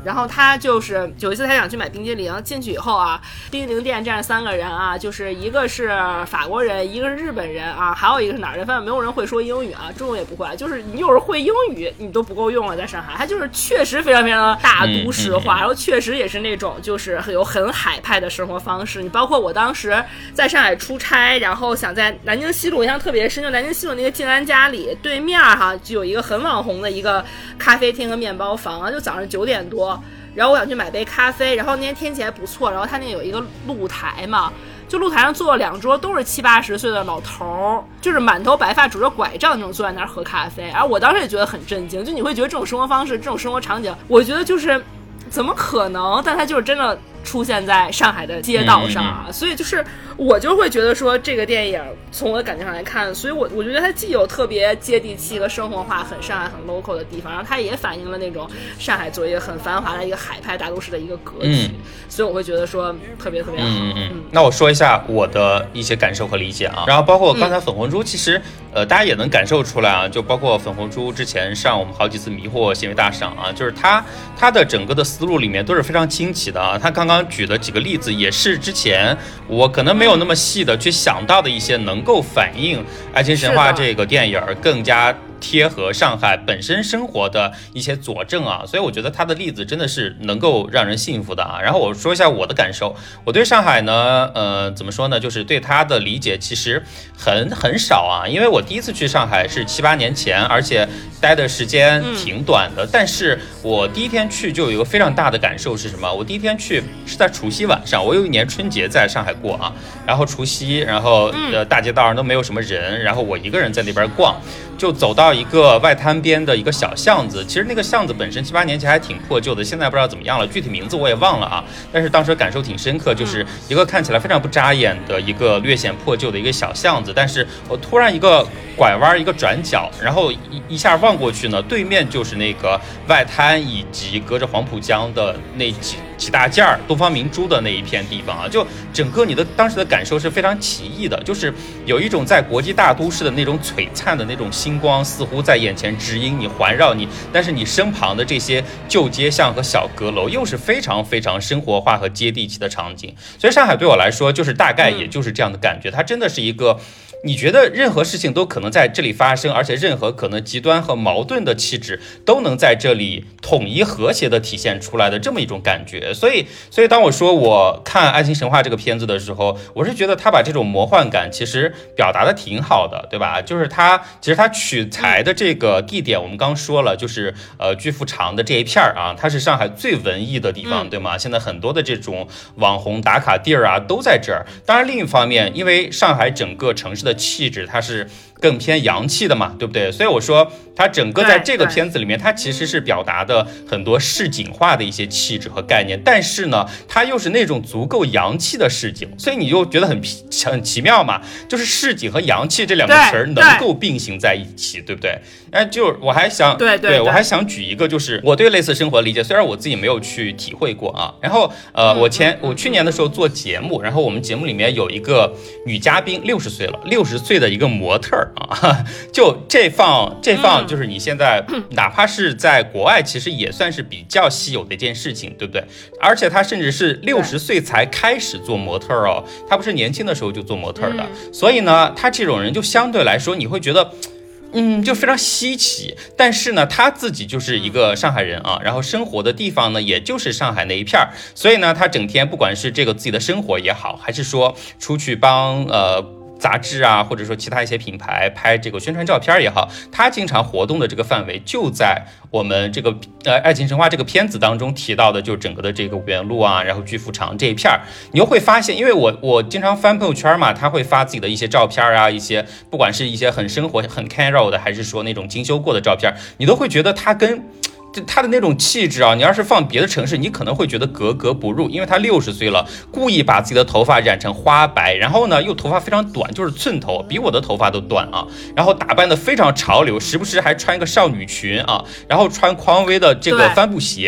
然后他就是有一次他想去买冰激凌，进去以后啊，冰激凌店站着3个人啊，就是一个是法国人，一个是日本人啊，还有一个是哪儿人，反正没有人会说英语啊，中文也不会，就是你有人会英语你都不够用了，在上海他就是确实非常非常的大都市化，然后确实也是那种就是有很海派的生活方式。你包括我当时在上海出差，然后想在南京西路，印象特别深，就南京西路那个静安家里对面哈，就有一个很网红的一个咖啡厅和面包房，就早上9点多，然后我想去买杯咖啡，然后那天天气还不错，然后他那有一个露台嘛，就露台上坐了2桌都是70、80岁的老头，就是满头白发拄着拐杖那种坐在那儿喝咖啡。然后我当时也觉得很震惊，就你会觉得这种生活方式这种生活场景，我觉得就是怎么可能，但它就是真的出现在上海的街道上啊，所以就是我就会觉得说这个电影从我的感觉上来看，所以我觉得它既有特别接地气和生活化很上海很 local 的地方，然后它也反映了那种上海作为一个很繁华的一个海派大都市的一个格局，所以我会觉得说特别特别好。 那我说一下我的一些感受和理解啊，然后包括刚才粉红猪，其实大家也能感受出来啊，就包括粉红猪之前上我们好几次迷惑新闻大赏啊，就是他的整个的思路里面都是非常清奇的啊，他刚刚举的几个例子也是之前我可能没有那么细的去想到的一些能够反映《爱情神话》这个电影更加贴合上海本身生活的一些佐证啊，所以我觉得他的例子真的是能够让人信服的啊。然后我说一下我的感受，我对上海呢，怎么说呢，就是对他的理解其实很少啊，因为我第一次去上海是7、8年前，而且待的时间挺短的，但是我第一天去就有一个非常大的感受是什么？我第一天去是在除夕晚上，我有一年春节在上海过啊，然后除夕，然后大街道上都没有什么人，然后我一个人在那边逛，就走到一个外滩边的一个小巷子，其实那个巷子本身7、8年前还挺破旧的，现在不知道怎么样了，具体名字我也忘了啊。但是当时感受挺深刻，就是一个看起来非常不扎眼的一个略显破旧的一个小巷子，但是我突然一个拐弯一个转角，然后一下望过去呢，对面就是那个外滩以及隔着黄浦江的那几大件东方明珠的那一片地方啊，就整个你的当时的感受是非常奇异的，就是有一种在国际大都市的那种璀璨的那种星光似乎在眼前指引你环绕你，但是你身旁的这些旧街巷和小阁楼又是非常非常生活化和接地气的场景，所以上海对我来说就是大概也就是这样的感觉，它真的是一个你觉得任何事情都可能在这里发生，而且任何可能极端和矛盾的气质都能在这里统一和谐的体现出来的这么一种感觉。所以当我说我看《爱情神话》这个片子的时候，我是觉得他把这种魔幻感其实表达的挺好的，对吧？就是其实他取材的这个地点我们刚说了，就是巨富长的这一片啊，它是上海最文艺的地方，对吗？现在很多的这种网红打卡地儿啊都在这儿。当然另一方面，因为上海整个城市的气质它是更偏洋气的嘛，对不对？所以我说它整个在这个片子里面，它其实是表达的很多市井化的一些气质和概念，但是呢它又是那种足够洋气的市井，所以你就觉得很奇妙嘛，就是市井和洋气这两个词儿能够并行在一起，对不对？就我还想对我还想举一个，就是我对类似生活理解，虽然我自己没有去体会过啊。然后我去年的时候做节目，然后我们节目里面有一个女嘉宾60岁了，60岁的一个模特啊，就这放就是你现在哪怕是在国外其实也算是比较稀有的一件事情，对不对？而且她甚至是60岁才开始做模特哦，她不是年轻的时候就做模特的，所以呢她这种人就相对来说你会觉得就非常稀奇，但是呢他自己就是一个上海人啊，然后生活的地方呢也就是上海那一片，所以呢他整天不管是这个自己的生活也好，还是说出去帮杂志啊，或者说其他一些品牌拍这个宣传照片也好，他经常活动的这个范围就在我们这个爱情神话这个片子当中提到的，就整个的这个五原路啊，然后巨富长这一片，你又会发现，因为我经常翻朋友圈嘛，他会发自己的一些照片啊，一些不管是一些很生活很 casual 的，还是说那种精修过的照片，你都会觉得他跟他的那种气质啊，你要是放别的城市，你可能会觉得格格不入，因为他60岁了，故意把自己的头发染成花白，然后呢又头发非常短，就是寸头，比我的头发都短啊，然后打扮的非常潮流，时不时还穿一个少女裙啊，然后穿匡威的这个帆布鞋，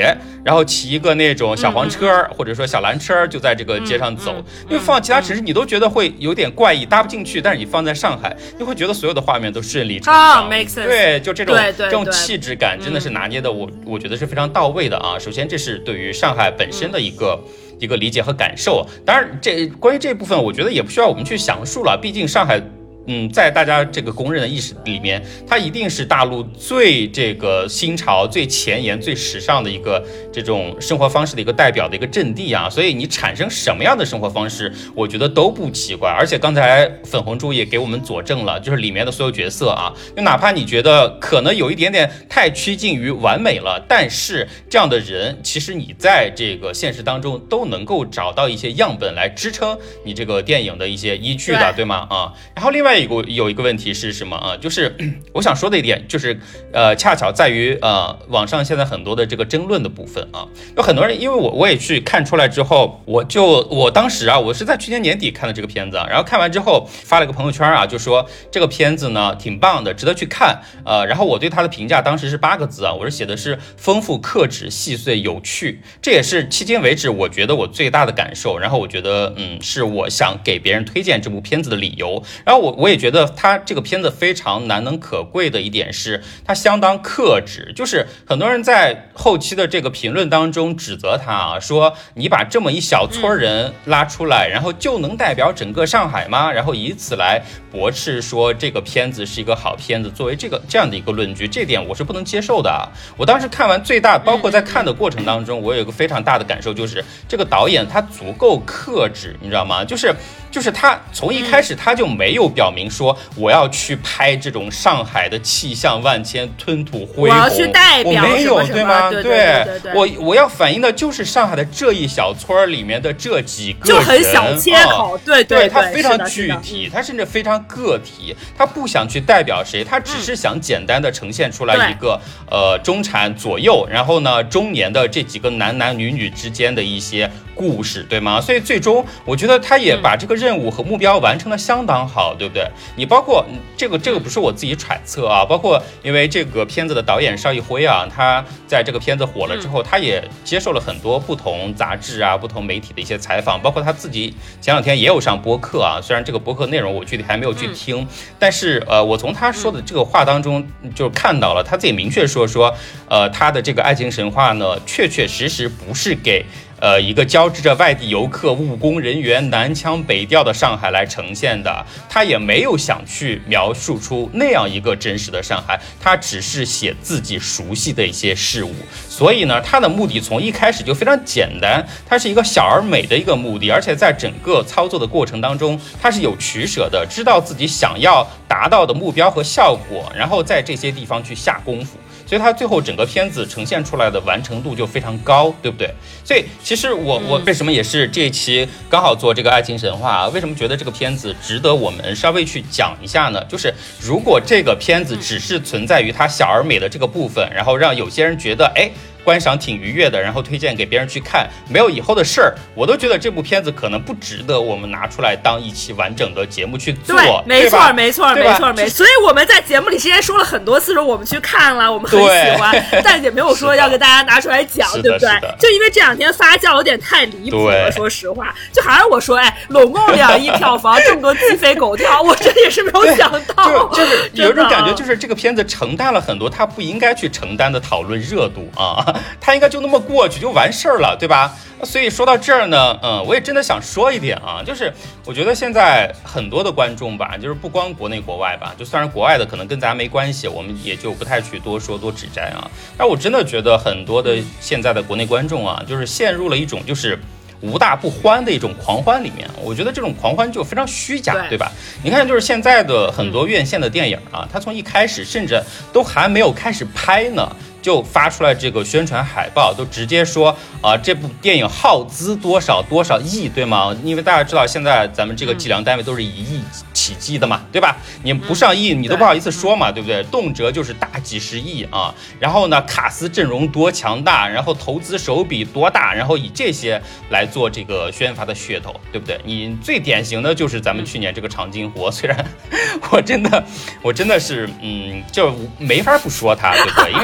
然后骑一个那种小黄车或者说小蓝车就在这个街上走，因为放其他城市你都觉得会有点怪异，搭不进去，但是你放在上海，你会觉得所有的画面都顺理成章。对，就这种气质感真的是拿捏的，我觉得是非常到位的啊。首先这是对于上海本身的一个理解和感受，当然关于这部分我觉得也不需要我们去详述了，毕竟上海在大家这个公认的意识里面，它一定是大陆最这个新潮、最前沿、最时尚的一个这种生活方式的一个代表的一个阵地啊。所以你产生什么样的生活方式，我觉得都不奇怪。而且刚才粉红猪也给我们佐证了，就是里面的所有角色啊，就哪怕你觉得可能有一点点太趋近于完美了，但是这样的人，其实你在这个现实当中都能够找到一些样本来支撑你这个电影的一些依据的，对吗？啊，然后另外有一个问题是什么啊？就是我想说的一点就是，恰巧在于网上现在很多的这个争论的部分啊，有很多人，因为我也去看出来之后，我当时啊，我是在去年年底看的这个片子，然后看完之后发了个朋友圈啊，就说这个片子呢挺棒的，值得去看。然后我对他的评价当时是8个字啊，我是写的是丰富、克制、细碎、有趣，这也是迄今为止我觉得我最大的感受。然后我觉得是我想给别人推荐这部片子的理由。然后我也觉得他这个片子非常难能可贵的一点是，他相当克制。就是很多人在后期的这个评论当中指责他啊，说你把这么一小撮人拉出来，然后就能代表整个上海吗？然后以此来驳斥说这个片子是一个好片子，作为这样的一个论据，这点我是不能接受的啊。我当时看完最大，包括在看的过程当中，我有一个非常大的感受，就是这个导演他足够克制，你知道吗？就是他从一开始他就没有表明说我要去拍这种上海的气象万千、吞吐恢宏，我要去代表， 我没有，对吗？ 对， 我要反映的就是上海的这一小撮里面的这几个人， 就很小切口，对， 他非常具体，他甚至非常个体，他不想去代表谁，他只是想简单的呈现出来一个中产左右，然后呢中年的这几个男女之间的一些故事，对吗？所以最终我觉得他也把这个任务和目标完成的相当好，对不对？你包括这个不是我自己揣测啊，包括因为这个片子的导演邵艺辉啊，他在这个片子火了之后，他也接受了很多不同杂志啊、不同媒体的一些采访，包括他自己前两天也有上播客啊，虽然这个播客内容我具体还没有去听，但是我从他说的这个话当中就看到了他自己明确说他的这个爱情神话呢，确实不是给一个交织着外地游客、务工人员南腔北调的上海来呈现的，他也没有想去描述出那样一个真实的上海，他只是写自己熟悉的一些事物。所以呢，他的目的从一开始就非常简单，它是一个小而美的一个目的，而且在整个操作的过程当中，他是有取舍的，知道自己想要达到的目标和效果，然后在这些地方去下功夫。所以它最后整个片子呈现出来的完成度就非常高，对不对？所以其实我为什么也是这一期刚好做这个爱情神话，为什么觉得这个片子值得我们稍微去讲一下呢？就是如果这个片子只是存在于它小而美的这个部分，然后让有些人觉得观赏挺愉悦的，然后推荐给别人去看，没有以后的事儿，我都觉得这部片子可能不值得我们拿出来当一期完整的节目去做。 对，没错。所以我们在节目里之前说了很多次，说我们去看了，我们很喜欢，但也没有说要跟大家拿出来讲，对不对？就因为这两天发酵有点太离谱了，说实话，就还是我说，拢共2亿票房，这么多鸡飞狗跳，我真也是没有想到， 就是有一种感觉，就是这个片子承担了很多他不应该去承担的讨论热度啊。他应该就那么过去就完事儿了，对吧？所以说到这儿呢，我也真的想说一点啊，就是我觉得现在很多的观众吧，就是不光国内国外吧，就虽然国外的可能跟咱没关系，我们也就不太去多说多指摘啊。但我真的觉得很多的现在的国内观众啊，就是陷入了一种就是无大不欢的一种狂欢里面。我觉得这种狂欢就非常虚假，对吧？你看，就是现在的很多院线的电影啊，它从一开始甚至都还没有开始拍呢，就发出来这个宣传海报，都直接说这部电影耗资多少亿，对吗？因为大家知道现在咱们这个计量单位都是1亿起计的嘛，对吧？你不上亿你都不好意思说嘛，对不对？动辄就是大几十亿啊。然后呢，卡斯阵容多强大，然后投资手笔多大，然后以这些来做这个宣发的噱头，对不对？你最典型的就是咱们去年这个长津湖，虽然我真的是就没法不说它，对不对？因为它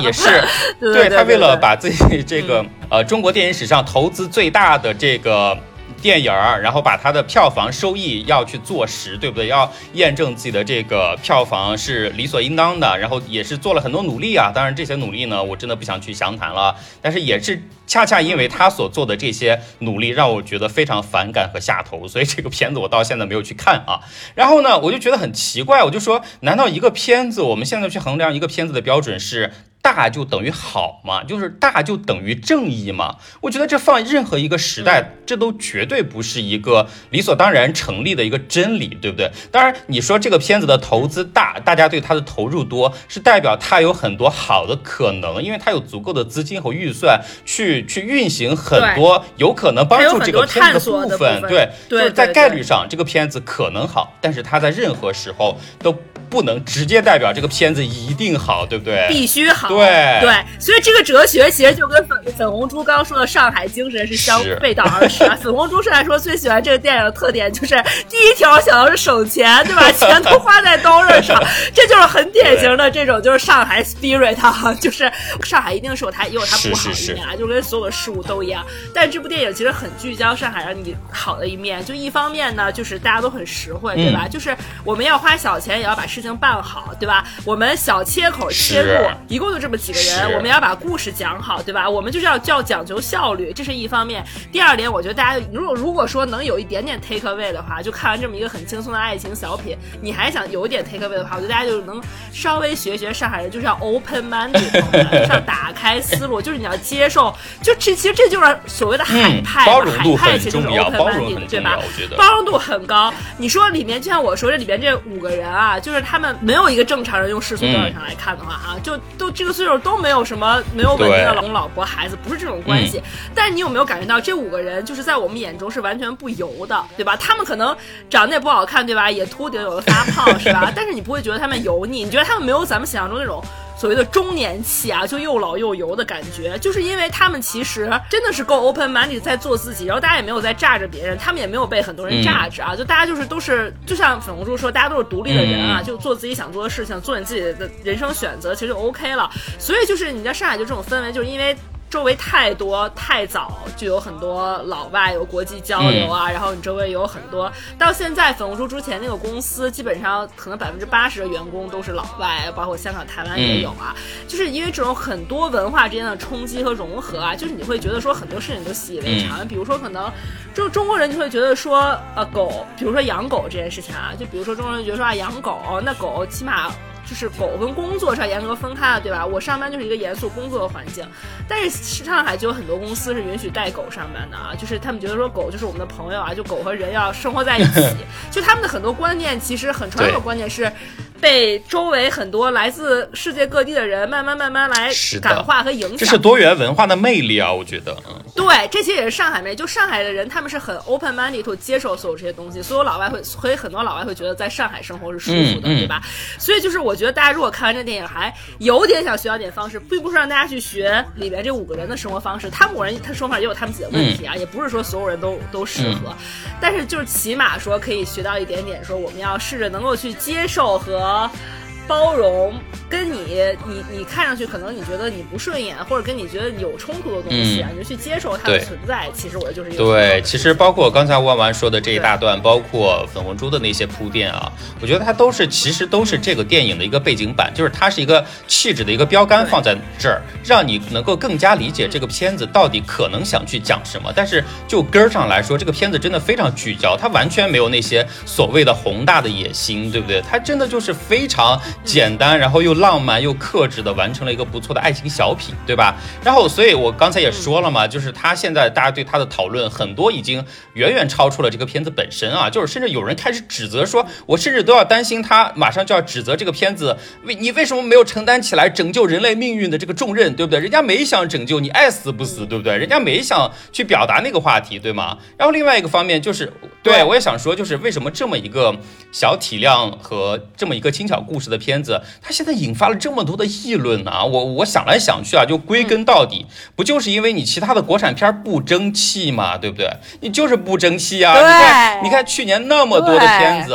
也是对他为了把自己这个中国电影史上投资最大的这个电影，然后把它的票房收益要去坐实，对不对？要验证自己的这个票房是理所应当的，然后也是做了很多努力啊。当然这些努力呢，我真的不想去详谈了，但是也是恰恰因为他所做的这些努力，让我觉得非常反感和下头，所以这个片子我到现在没有去看啊。然后呢，我就觉得很奇怪，我就说，难道一个片子，我们现在去衡量一个片子的标准是大就等于好吗？就是大就等于正义吗？我觉得这放任何一个时代，这都绝对不是一个理所当然成立的一个真理，对不对？当然，你说这个片子的投资大，大家对它的投入多，是代表它有很多好的可能，因为它有足够的资金和预算去运行很多有可能帮助这个片子的部分。对，就是在概率上，这个片子可能好，但是它在任何时候都不能直接代表这个片子一定好，对不对？ 必须好。 对， 所以这个哲学其实就跟粉红猪刚刚说的上海精神是相背道而驰啊。粉红猪是来说最喜欢这个电影的特点就是第一条想到是省钱，对吧？钱都花在刀刃上，这就是很典型的这种就是上海 spirit 啊，就是上海一定是有它不好的一面啊，就跟所有的事物都一样。但这部电影其实很聚焦上海让你好的一面，就一方面呢，就是大家都很实惠，对吧？就是我们要花小钱也要把事情办好，对吧？我们小切口切入，一共就这么几个人，我们要把故事讲好，对吧？我们就是要讲究效率，这是一方面。第二点，我觉得大家如果说能有一点点 take away 的话，就看完这么一个很轻松的爱情小品，你还想有一点 take away 的话，我觉得大家就能稍微学上海人，就是要 open minded， 就是要打开思路，就是你要接受，就其实这就是所谓的海派， 包容度很其实就是 open minded， 对吧？ 我觉得包容度很高。你说里面就像我说这里面这5个人啊，就是他们没有一个正常人用世俗标准上来看的话啊，就都这个岁数都没有什么没有稳定的老公老婆孩子，不是这种关系。但是你有没有感觉到这5个人就是在我们眼中是完全不油的，对吧？他们可能长得也不好看，对吧？也秃顶，有的发胖，是吧？但是你不会觉得他们油腻，你觉得他们没有咱们想象中那种所谓的中年期啊，就又老又油的感觉，就是因为他们其实真的是够 open minded 在做自己，然后大家也没有在炸着别人，他们也没有被很多人炸着啊，就大家都是就像粉红猪说，大家都是独立的人啊，就做自己想做的事情，做你自己的人生选择，其实就 OK 了。所以就是你在上海就这种氛围，就是因为周围太多太早就有很多老外有国际交流啊，然后你周围有很多，到现在粉红猪之前那个公司基本上可能80%的员工都是老外，包括香港台湾也有啊，就是因为这种很多文化之间的冲击和融合啊，就是你会觉得说很多事情都习以为常，比如说可能就中国人就会觉得说狗，比如说养狗这件事情啊，就比如说中国人觉得说啊养狗，那狗起码就是狗跟工作是要严格分开的，对吧？我上班就是一个严肃工作的环境，但是上海就有很多公司是允许带狗上班的啊，就是他们觉得说狗就是我们的朋友啊，就狗和人要生活在一起，就他们的很多观念其实很传统的观念是被周围很多来自世界各地的人慢慢来感化和影响， 这是多元文化的魅力啊，我觉得。 对，这些也是上海魅力，就上海的人他们是很 open minded 接受所有这些东西，所有老外会很多老外会觉得在上海生活是舒服的，对吧？所以就是我觉得大家如果看完这电影还有点想学到点方式，并不是让大家去学里面这5个人的生活方式，他们5人他说法也有他们自己的问题啊，也不是说所有人都适合，但是就是起码说可以学到一点点，说我们要试着能够去接受和包容跟你看上去可能你觉得你不顺眼，或者跟你觉得有冲突的东西啊，你就去接受它的存在。其实我就是一个对，其实包括刚才万万说的这一大段，包括粉红猪的那些铺垫啊，我觉得它其实都是这个电影的一个背景板，就是它是一个气质的一个标杆放在这儿，让你能够更加理解这个片子到底可能想去讲什么。但是就根儿上来说，这个片子真的非常聚焦，它完全没有那些所谓的宏大的野心，对不对？它真的就是非常简单，然后又浪漫又克制的完成了一个不错的爱情小品，对吧？然后所以我刚才也说了嘛，就是他现在大家对他的讨论很多已经远远超出了这个片子本身啊，就是甚至有人开始指责说，我甚至都要担心他马上就要指责这个片子你为什么没有承担起来拯救人类命运的这个重任，对不对？人家没想拯救你，爱死不死，对不对？人家没想去表达那个话题，对吗？然后另外一个方面就是对我也想说，就是为什么这么一个小体量和这么一个轻巧故事的片子，它现在引发了这么多的议论啊！我想来想去啊，就归根到底，不就是因为你其他的国产片不争气嘛，对不对？你就是不争气啊！你看去年那么多的片子，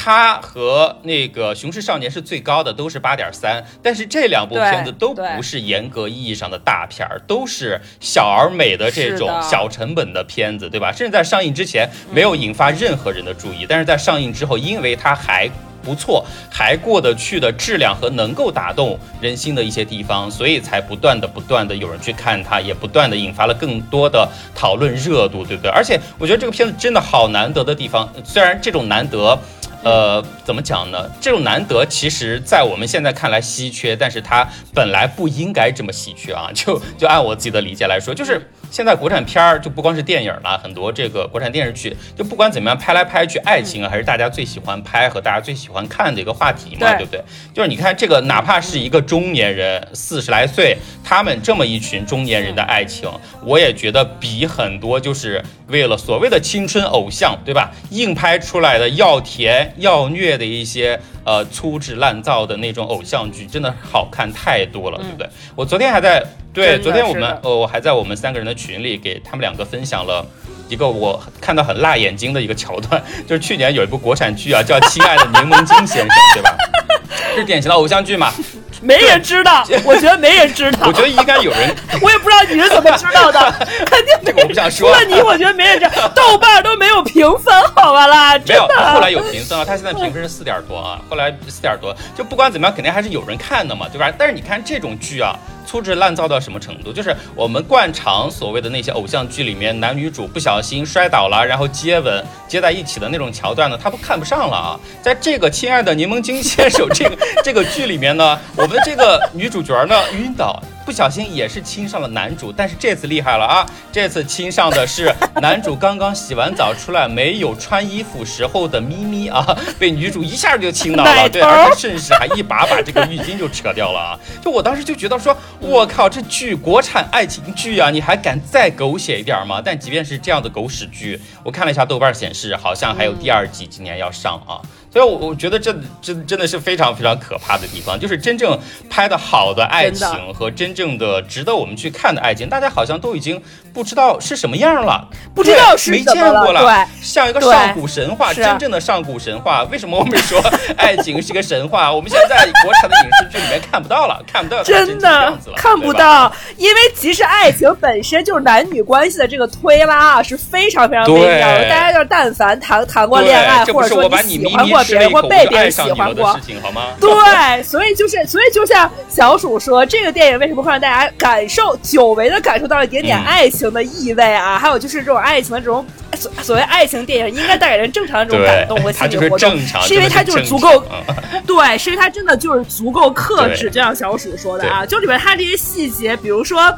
它和那个《雄狮少年》是最高的，都是8.3，但是这两部片子都不是严格意义上的大片，都是小而美的这种小成本的片子，对吧？甚至在上映之前没有引发任何人的注意，但是在上映之后，因为它还不错，还过得去的质量和能够打动人心的一些地方，所以才不断的有人去看它，也不断的引发了更多的讨论热度，对不对？而且我觉得这个片子真的好难得的地方，虽然这种难得怎么讲呢？这种难得其实在我们现在看来稀缺，但是它本来不应该这么稀缺啊！就按我自己的理解来说，就是现在国产片儿就不光是电影了，很多这个国产电视剧，就不管怎么样拍来拍去，爱情啊还是大家最喜欢拍和大家最喜欢看的一个话题嘛，对不对？就是你看这个，哪怕是一个中年人40来岁，他们这么一群中年人的爱情，我也觉得比很多就是为了所谓的青春偶像，对吧？硬拍出来的要甜要虐的一些粗制滥造的那种偶像剧，真的好看太多了，对不对？我昨天还在昨天我还在我们3个人的群里给他们2个分享了一个我看到很辣眼睛的一个桥段，就是去年有一部国产剧啊，叫《亲爱的柠檬精先生》，对吧？是典型的偶像剧嘛。 没人知道，我觉得没人知道。 我觉得应该有人， 我也不知道你是怎么知道的，肯定这个我不想说。 除了你，我觉得没人知道。豆瓣都没有评分，好吧啦， 没有，后来有评分了，他现在评分是4点多啊，后来4点多，就不管怎么样，肯定还是有人看的嘛，对吧？但是你看这种剧啊，粗制滥造到什么程度？就是我们惯常所谓的那些偶像剧里面，男女主不小心摔倒了，然后接吻接在一起的那种桥段呢，他都看不上了啊。在这个《亲爱的柠檬精先生》这个剧里面呢，我们这个女主角呢晕倒，不小心也是亲上了男主，但是这次厉害了啊！这次亲上的是男主刚刚洗完澡出来没有穿衣服时候的咪咪啊，被女主一下就亲到了，对，而且甚至还一把这个浴巾就扯掉了啊！就我当时就觉得说，我靠，这剧国产爱情剧啊，你还敢再狗血一点吗？但即便是这样的狗屎剧，我看了一下豆瓣显示，好像还有第2季今年要上啊。所以我觉得这真的是非常非常可怕的地方，就是真正拍的好的爱情和真正的值得我们去看的爱情，大家好像都已经不知道是什么样了， 不知道是没见过了，对，像一个上古神话，真正的上古神话。为什么我们说爱情是个神话？我们现在国产的影视剧里面看不到了，看不到， 真的看不到，因为其实爱情本身就是男女关系的这个推拉啊，是非常非常微妙的。大家要但凡谈过恋爱，或者说你喜欢过别人或被别人喜欢过，对，所以就像小鼠说，这个电影为什么会让大家久违的感受到了一点点爱情的意味啊？还有就是这种爱情的这种所谓爱情电影应该带给人正常的这种感动和心理活动，是因为它就是足够，对，是因为它真的就是足够克制，就像小鼠说的啊，就里面它这些细节，比如说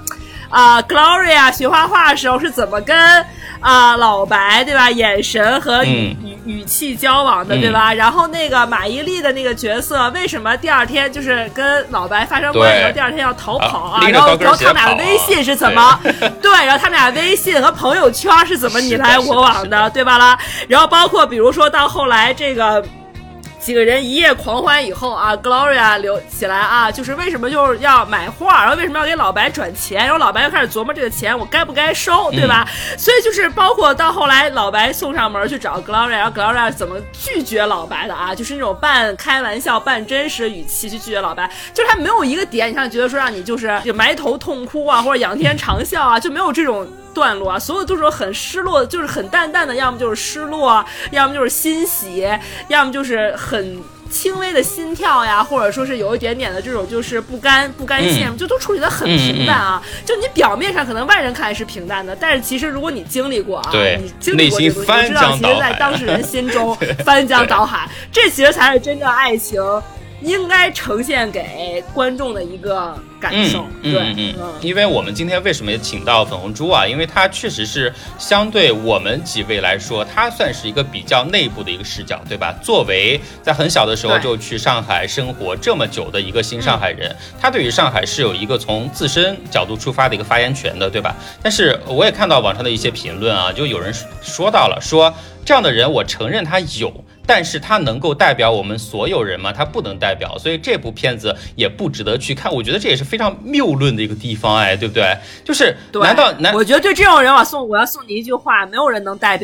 Gloria 学画画的时候是怎么跟老白对吧眼神和语气交往的对吧？然后那个马伊琍的那个角色为什么第2天就是跟老白发生关系，然后第2天要逃跑啊？然后他们俩的微信是怎么？对，然后他们俩微信和朋友圈是怎么你来我往的，对吧啦？然后包括比如说到后来这个。几个人一夜狂欢以后啊 ，Gloria 留起来啊，就是为什么就是要买画，然后为什么要给老白转钱，然后老白又开始琢磨这个钱我该不该收，对吧？所以就是包括到后来老白送上门去找 Gloria， 然后 Gloria 怎么拒绝老白的啊？就是那种半开玩笑、半真实的语气去拒绝老白，就是他没有一个点，你像觉得说让你就是埋头痛哭啊，或者仰天长啸啊，就没有这种。段落啊，所有都是很失落，就是很淡淡的，要么就是失落，要么就是欣喜，要么就是很轻微的心跳呀，或者说是有一点点的这种就是不甘心，就都处理得很平淡啊。就你表面上可能外人看是平淡的，但是其实如果你经历过啊，你经历过这个，你知道其实在当事人心中翻江倒海，这其实才是真正爱情应该呈现给观众的一个感受。 因为我们今天为什么也请到粉红猪啊？因为它确实是相对我们几位来说，它算是一个比较内部的一个视角，对吧？作为在很小的时候就去上海生活这么久的一个新上海人，他对于上海是有一个从自身角度出发的一个发言权的，对吧？但是我也看到网上的一些评论啊，就有人说到了，说这样的人我承认他有，但是他能够代表我们所有人吗？他不能代表，所以这部片子也不值得去看。我觉得这也是非常谬论的一个地方，哎，对不对？就是我觉得对这种人我要送你一句话，没有人能代表你。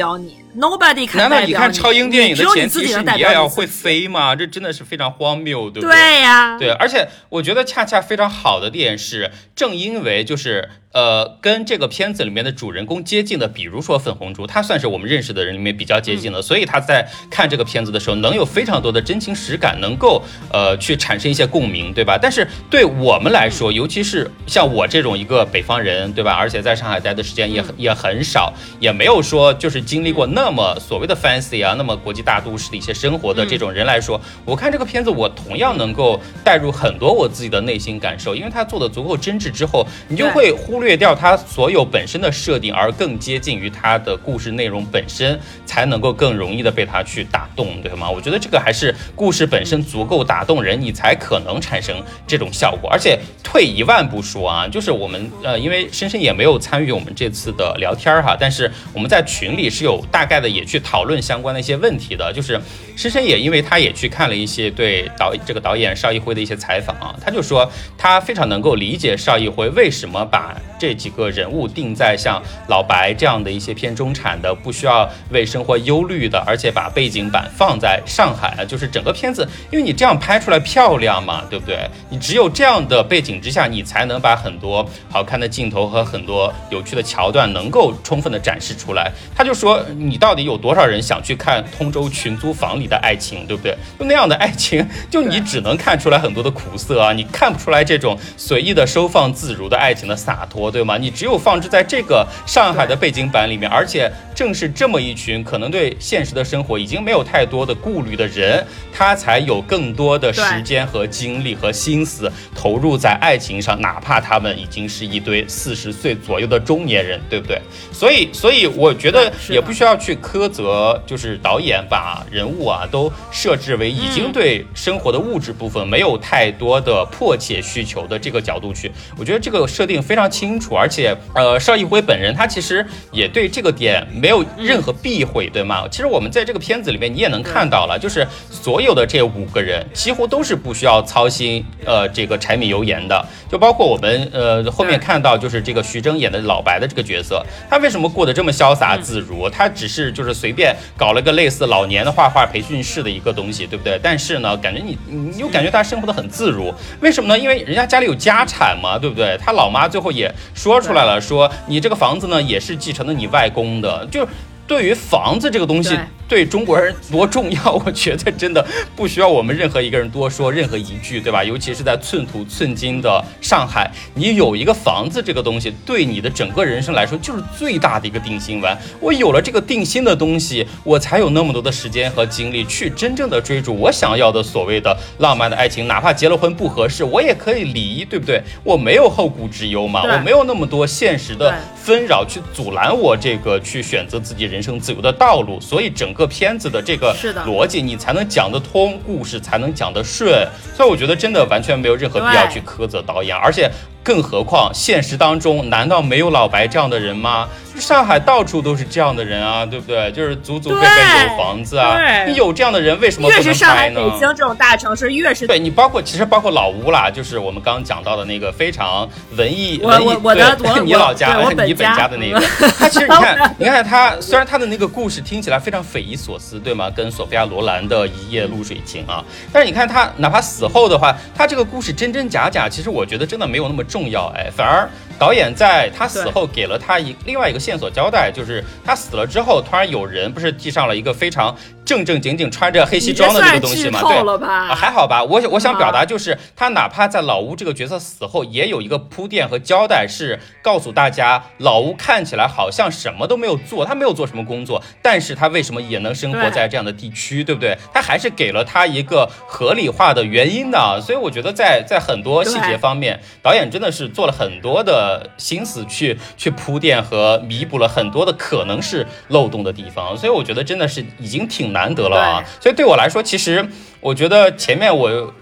，nobody 看。 难道你看超英电影的前提是你也要会飞吗？这真的是非常荒谬，对不对？ 对呀， 对，而且我觉得恰恰非常好的点是，正因为就是跟这个片子里面的主人公接近的，比如说粉红猪，他算是我们认识的人里面比较接近的，所以他在看这个片子的时候，能有非常多的真情实感，能够去产生一些共鸣，对吧？但是对我们来说，尤其是像我这种一个北方人，对吧？而且在上海待的时间也很少，也没有说就是经历过那么所谓的 fancy 啊，那么国际大都市的一些生活的这种人来说，我看这个片子，我同样能够带入很多我自己的内心感受，因为他做的足够真挚之后，你就会忽略掉它所有本身的设定，而更接近于它的故事内容本身，才能够更容易的被它去打动，对吗？我觉得这个还是故事本身足够打动人，你才可能产生这种效果。而且退一万步说啊，就是我们因为深深也没有参与我们这次的聊天哈，但是我们在群里是有大概的也去讨论相关的一些问题的，就是深深也因为他也去看了一些对这个导演邵艺辉的一些采访啊，他就说他非常能够理解邵艺辉为什么把这几个人物定在像老白这样的一些偏中产的，不需要为生活忧虑的，而且把背景板放在上海啊，就是整个片子，因为你这样拍出来漂亮嘛，对不对？你只有这样的背景之下，你才能把很多好看的镜头和很多有趣的桥段能够充分的展示出来。他就说，你到底有多少人想去看通州群租房里的爱情，对不对？就那样的爱情，就你只能看出来很多的苦涩啊，你看不出来这种随意的收放自如的爱情的洒脱，对吗？你只有放置在这个上海的背景板里面，而且正是这么一群可能对现实的生活已经没有太多的顾虑的人，他才有更多的时间和精力和心思投入在爱情上，哪怕他们已经是一堆40岁左右的中年人，对不对？所以我觉得也不需要去苛责，就是导演把人物啊都设置为已经对生活的物质部分没有太多的迫切需求的这个角度去，我觉得这个设定非常清楚，而且邵艺辉本人他其实也对这个点没有任何避讳，对吗？其实我们在这个片子里面你也能看到了，就是所有的这5个人几乎都是不需要操心这个柴米油盐的，就包括我们后面看到就是这个徐峥演的老白的这个角色，他为什么过得这么潇洒自如？他只是就是随便搞了个类似老年的画画培训室的一个东西，对不对？但是呢，感觉你又感觉他生活的很自如，为什么呢？因为人家家里有家产嘛，对不对？他老妈最后也说出来了，说你这个房子呢也是继承了你外公的，就对于房子这个东西对中国人多重要，我觉得真的不需要我们任何一个人多说任何一句，对吧？尤其是在寸土寸金的上海，你有一个房子这个东西对你的整个人生来说就是最大的一个定心丸。我有了这个定心的东西，我才有那么多的时间和精力去真正的追逐我想要的所谓的浪漫的爱情，哪怕结了婚不合适我也可以离，对不对？我没有后顾之忧嘛，我没有那么多现实的纷扰去阻拦我这个去选择自己人生自由的道路，所以整个片子的这个逻辑你才能讲得通，故事才能讲得顺，所以我觉得真的完全没有任何必要去苛责导演，而且更何况现实当中难道没有老白这样的人吗？上海到处都是这样的人啊，对不对？就是祖祖辈辈有房子啊，你有这样的人为什么不能拍呢？ 越是上海、北京这种大城市，越是对你其实包括老吴啦，就是我们刚刚讲到的那个非常文艺，你老家你本家的那个，他其实你看他虽然他的那个故事听起来非常匪夷所思，对吗？跟索菲亚罗兰的《一夜露水情》啊，但是你看他哪怕死后的话，他这个故事真真假假，其实我觉得真的没有那么重要，反而导演在他死后给了他另外一个线索交代，就是他死了之后，突然有人不是递上了一个非常正正经经穿着黑西装的那个东西嘛？对，还好吧。我想表达就是，他哪怕在老吴这个角色死后，也有一个铺垫和交代，是告诉大家，老吴看起来好像什么都没有做，他没有做什么工作，但是他为什么也能生活在这样的地区，对不对？他还是给了他一个合理化的原因的。所以我觉得在很多细节方面，导演真的是做了很多的心思去铺垫和弥补了很多的可能是漏洞的地方，所以我觉得真的是已经挺难得了啊。所以对我来说，其实我觉得前面我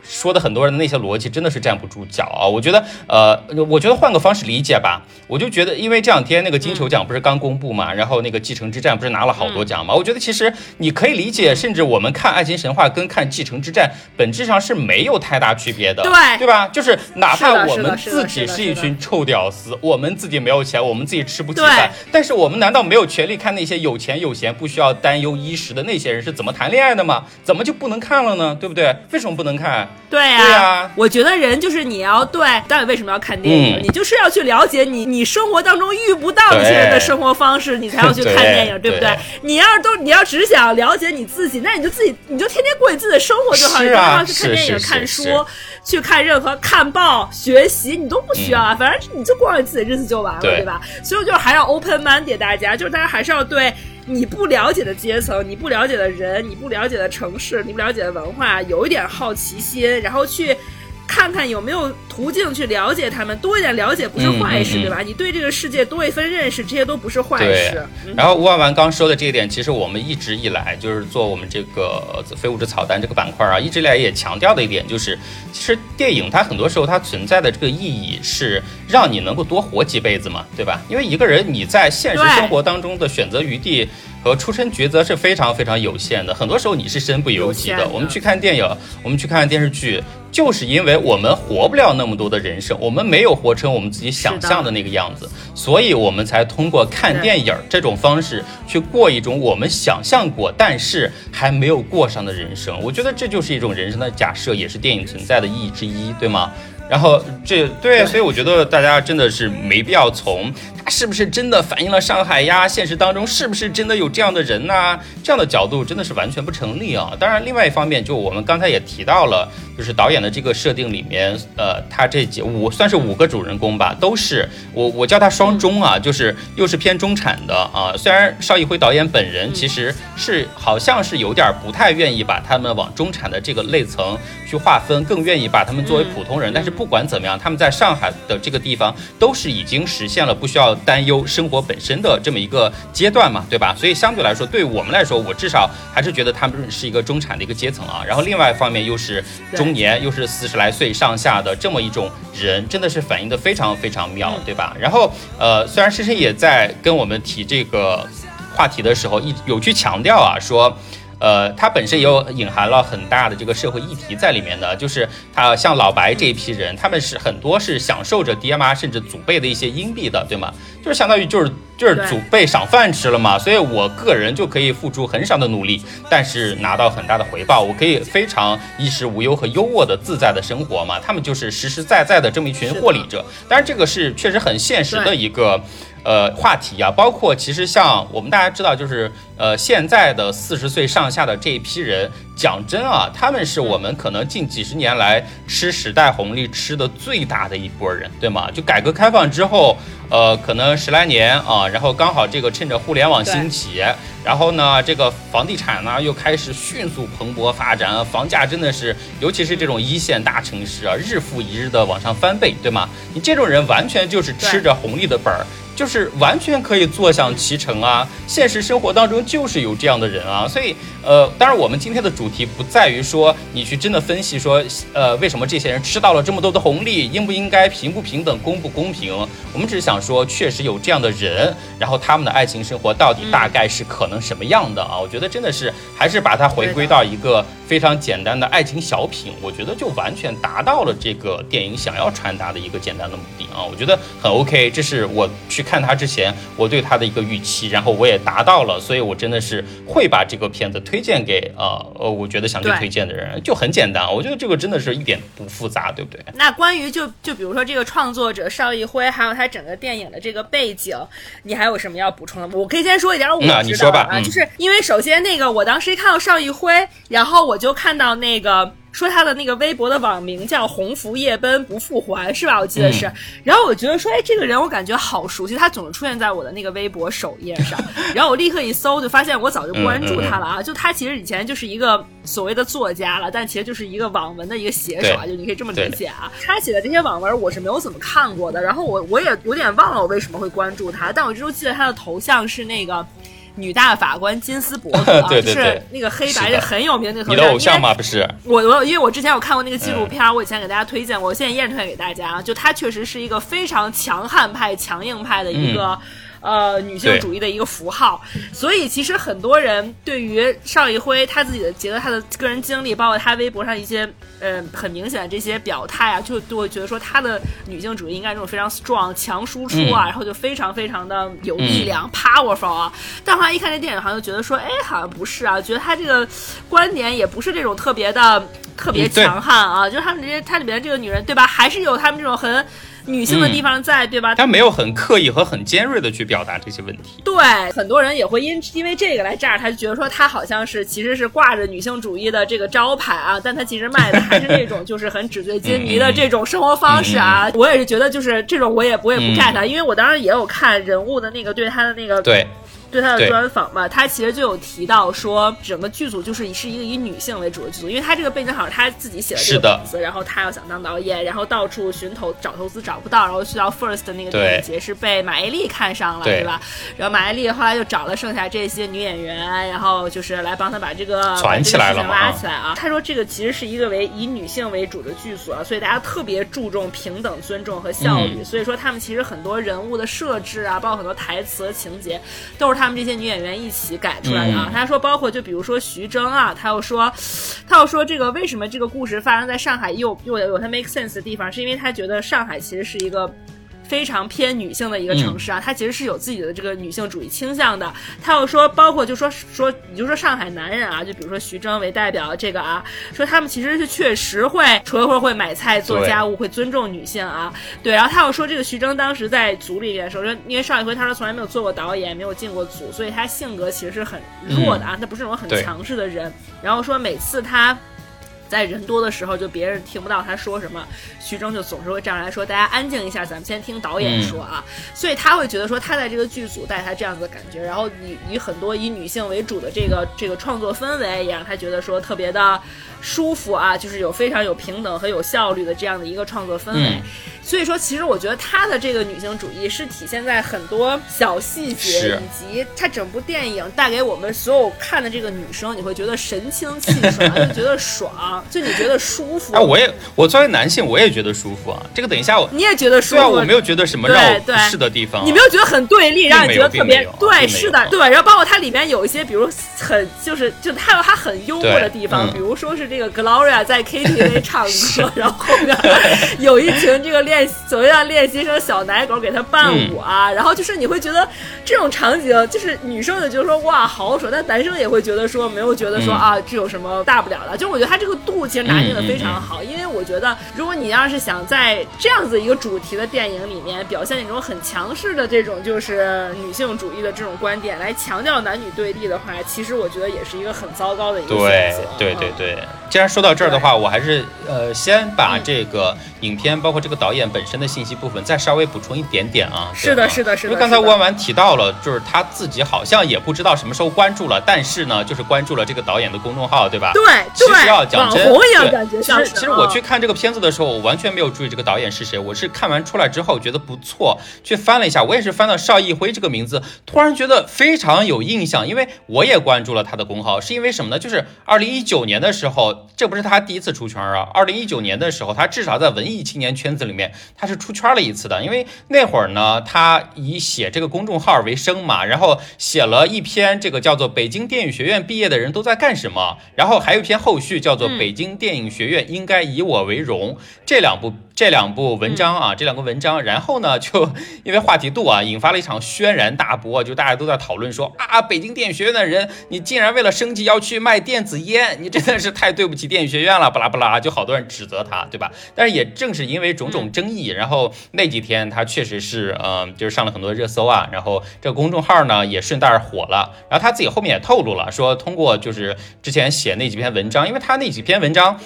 说的很多人的那些逻辑真的是站不住脚啊！我觉得换个方式理解吧，我就觉得，因为这两天那个金球奖不是刚公布嘛，然后那个继承之战不是拿了好多奖嘛，我觉得其实你可以理解，甚至我们看爱情神话跟看继承之战本质上是没有太大区别的，对吧？就是哪怕我们自己是一群臭屌丝，我们自己没有钱，我们自己吃不起饭，但是我们难道没有权利看那些有钱有闲不需要担忧衣食的那些人是怎么谈恋爱的吗？怎么就不能看了呢？对不对？为什么不能看？ 对啊，我觉得人就是你要对，到底为什么要看电影？你就是要去了解你生活当中遇不到那些人的生活方式，你才要去看电影，对不对？你要只想了解你自己，那你就天天过你自己的生活就好，你不要去看电影、看书、去看任何看报、学习，你都不需要啊，反正你就过你自己的日子就完了，对吧？所以我就还要 open mind 给大家，就是大家还是要对你不了解的阶层、你不了解的人、你不了解的城市、你不了解的文化有一点好奇心，然后去看看有没有途径去了解他们，多一点了解不是坏事，对吧？你对这个世界多一份认识，这些都不是坏事。 然后吴婉婉刚说的这一点，其实我们一直以来就是做我们这个非物质草单这个板块啊，一直以来也强调的一点就是，其实电影它很多时候它存在的这个意义是让你能够多活几辈子嘛，对吧？因为一个人你在现实生活当中的选择余地和出身抉择是非常非常有限的，很多时候你是身不由己的。我们去看电影，我们去看电视剧，就是因为我们活不了那么多的人生，我们没有活成我们自己想象的那个样子，所以我们才通过看电影这种方式去过一种我们想象过但是还没有过上的人生。我觉得这就是一种人生的假设，也是电影存在的意义之一，对吗？然后所以我觉得大家真的是没必要从它是不是真的反映了上海呀，现实当中是不是真的有这样的人呐，这样的角度真的是完全不成立啊。当然另外一方面，就我们刚才也提到了，就是导演的这个设定里面，他这算是5个主人公吧，都是我叫他双中啊，就是又是偏中产的啊。虽然邵艺辉导演本人其实是好像是有点不太愿意把他们往中产的这个类层去划分，更愿意把他们作为普通人，但是不管怎么样，他们在上海的这个地方都是已经实现了不需要担忧生活本身的这么一个阶段嘛，对吧？所以相对来说，对我们来说，我至少还是觉得他们是一个中产的一个阶层啊。然后另外一方面又是中年，又是40来岁上下的这么一种人，真的是反映的非常非常妙，对吧？然后虽然深深也在跟我们提这个话题的时候有去强调啊，说它本身也有隐含了很大的这个社会议题在里面的，就是它像老白这一批人，他们是很多是享受着爹妈甚至祖辈的一些荫庇的，对吗？就是相当于就是祖辈赏饭吃了嘛，所以我个人就可以付出很少的努力，但是拿到很大的回报，我可以非常衣食无忧和优渥的自在的生活嘛。他们就是实实在在的这么一群获利者，当然这个是确实很现实的一个话题啊，包括其实像我们大家知道，就是现在的40岁上下的这一批人，讲真啊，他们是我们可能近几十年来吃时代红利吃的最大的一波人，对吗？就改革开放之后，可能10来年啊，然后刚好这个趁着互联网兴起，然后呢，这个房地产呢又开始迅速蓬勃发展，房价真的是，尤其是这种1线大城市啊，日复一日的往上翻倍，对吗？你这种人完全就是吃着红利的本儿。就是完全可以坐享其成啊！现实生活当中就是有这样的人啊，所以当然我们今天的主题不在于说你去真的分析说为什么这些人吃到了这么多的红利，应不应该平不平等，公不公平？我们只是想说，确实有这样的人，然后他们的爱情生活到底大概是可能什么样的啊？我觉得真的是还是把它回归到一个非常简单的爱情小品，我觉得就完全达到了这个电影想要传达的一个简单的目的啊！我觉得很 OK， 这是我去看他之前我对他的一个预期，然后我也达到了，所以我真的是会把这个片子推荐给我觉得想去推荐的人，就很简单，我觉得这个真的是一点不复杂，对不对？ 那关于就比如说这个创作者邵艺辉，还有他整个电影的这个背景，你还有什么要补充的？我可以先说一点我知道你说吧， 就是因为首先那个我当时一看到邵艺辉，然后我就看到那个说他的那个微博的网名叫鸿福夜奔不复还，是吧？我记得是。然后我觉得说，这个人我感觉好熟悉，他总是出现在我的那个微博首页上。然后我立刻一搜，就发现我早就关注他了啊！就他其实以前就是一个所谓的作家了，但其实就是一个网文的一个写手啊，就你可以这么理解啊。他写的这些网文我是没有怎么看过的，然后我也有点忘了我为什么会关注他，但我就记得他的头像是那个女大法官金斯伯格对对对， 就是那个黑白很有名的那个。 你的偶像吗？不是因为我之前有看过那个纪录片，我以前给大家推荐过，我现在依然推荐给大家。就他确实是一个非常强悍派、强硬派的一个。女性主义的一个符号，所以其实很多人对于邵艺辉他自己的觉得他的个人经历，包括他微博上一些很明显的这些表态啊，就会觉得说他的女性主义应该这种非常 strong 强输出啊，然后就非常非常的有力量、powerful 啊。但后来一看这电影，好像就觉得说，哎，好像不是啊，觉得他这个观点也不是这种特别强悍啊，就是他里面这个女人，对吧？还是有他们这种很女性的地方在，对吧？ 他没有很刻意和很尖锐的去表达这些问题。 对，很多人也会因为这个来炸他，就觉得说他好像是其实是挂着女性主义的这个招牌啊，但他其实卖的还是那种就是很纸醉金迷的这种生活方式啊。我也是觉得就是这种我也不 get 因为我当时也有看人物的那个对他的那个对他的专访嘛，他其实就有提到说，整个剧组是一个以女性为主的剧组，因为他这个背景好像他自己写的这个本子，然后他要想当导演，然后到处找投资找不到，然后去到 First 的那个电影节是被马伊琍看上了，对吧？然后马伊琍后来就找了剩下这些女演员，然后就是来帮他把这个传起来了嘛， 拉起来啊。他说这个其实是一个以女性为主的剧组啊，所以大家特别注重平等、尊重和效率，所以说他们其实很多人物的设置啊，包括很多台词和情节，都是他们这些女演员一起改出来的啊。他说包括就比如说徐峥啊，他又说这个为什么这个故事发生在上海又有他 make sense 的地方，是因为他觉得上海其实是一个非常偏女性的一个城市啊，它其实是有自己的这个女性主义倾向的。他又说，包括就说你就说上海男人啊，就比如说徐峥为代表这个啊，说他们其实是确实除了会买菜做家务，会尊重女性啊，对。然后他又说，这个徐峥当时在组里面说，因为邵艺辉他说从来没有做过导演，没有进过组，所以他性格其实是很弱的啊，他不是那种很强势的人。然后说每次他在人多的时候，就别人听不到他说什么，徐峥就总是会站出来说：“大家安静一下，咱们先听导演说啊。”所以他会觉得说，他在这个剧组带他这样子的感觉，然后以很多以女性为主的这个创作氛围，也让他觉得说特别的舒服啊，就是非常有平等和有效率的这样的一个创作氛围。所以说，其实我觉得他的这个女性主义是体现在很多小细节，以及他整部电影带给我们所有看的这个女生，你会觉得神清气爽，就觉得爽，就你觉得舒服。 我作为男性，我也觉得舒服啊。这个等一下你也觉得舒服， 对啊，我没有觉得什么让我不适的地方， 你没有觉得很对立，让你觉得特别对，是的，对。然后包括它里面有一些，比如就它有它很幽默的地方，比如说是这个 Gloria 在 KTV 唱歌，然后后面有一群这个所谓的练习生小奶狗给他伴舞啊，然后就是你会觉得这种场景，就是女生就觉得说哇好爽，但男生也会觉得说没有觉得说啊这有什么大不了的，就我觉得他这个度其实拿捏的非常好，因为我觉得如果你要是想在这样子一个主题的电影里面表现那种很强势的这种就是女性主义的这种观点来强调男女对立的话，其实我觉得也是一个很糟糕的一个选择。 对。既然说到这儿的话，我还是先把这个影片包括这个导演本身的信息部分再稍微补充一点点啊。 是的。 因为刚才弯弯提到了，就是他自己好像也不知道什么时候关注了，但是呢，就是关注了这个导演的公众号，对吧？ 对， 其实要讲真， 网红一样感觉像是。 其实我去看这个片子的时候，我完全没有注意这个导演是谁，我是看完出来之后觉得不错，去翻了一下，我也是翻到邵艺辉这个名字，突然觉得非常有印象，因为我也关注了他的公号，是因为什么呢？就是2019年的时候，这不是他第一次出圈啊，2019年的时候，他至少在文艺青年圈子里面他是出圈了一次的，因为那会儿呢，他以写这个公众号为生嘛，然后写了一篇这个叫做《北京电影学院毕业的人都在干什么》，然后还有一篇后续叫做《北京电影学院应该以我为荣》，这两部文章啊，这两个文章，然后呢，就因为话题度啊，引发了一场轩然大波，就大家都在讨论说啊，北京电影学院的人，你竟然为了生计要去卖电子烟，你真的是太对不起电影学院了，巴拉巴拉，就好多人指责他，对吧？但是也正是因为种种争议，然后那几天他确实是就是上了很多热搜啊，然后这个公众号呢也顺带火了，然后他自己后面也透露了，说通过就是之前写那几篇文章，因为他那几篇文章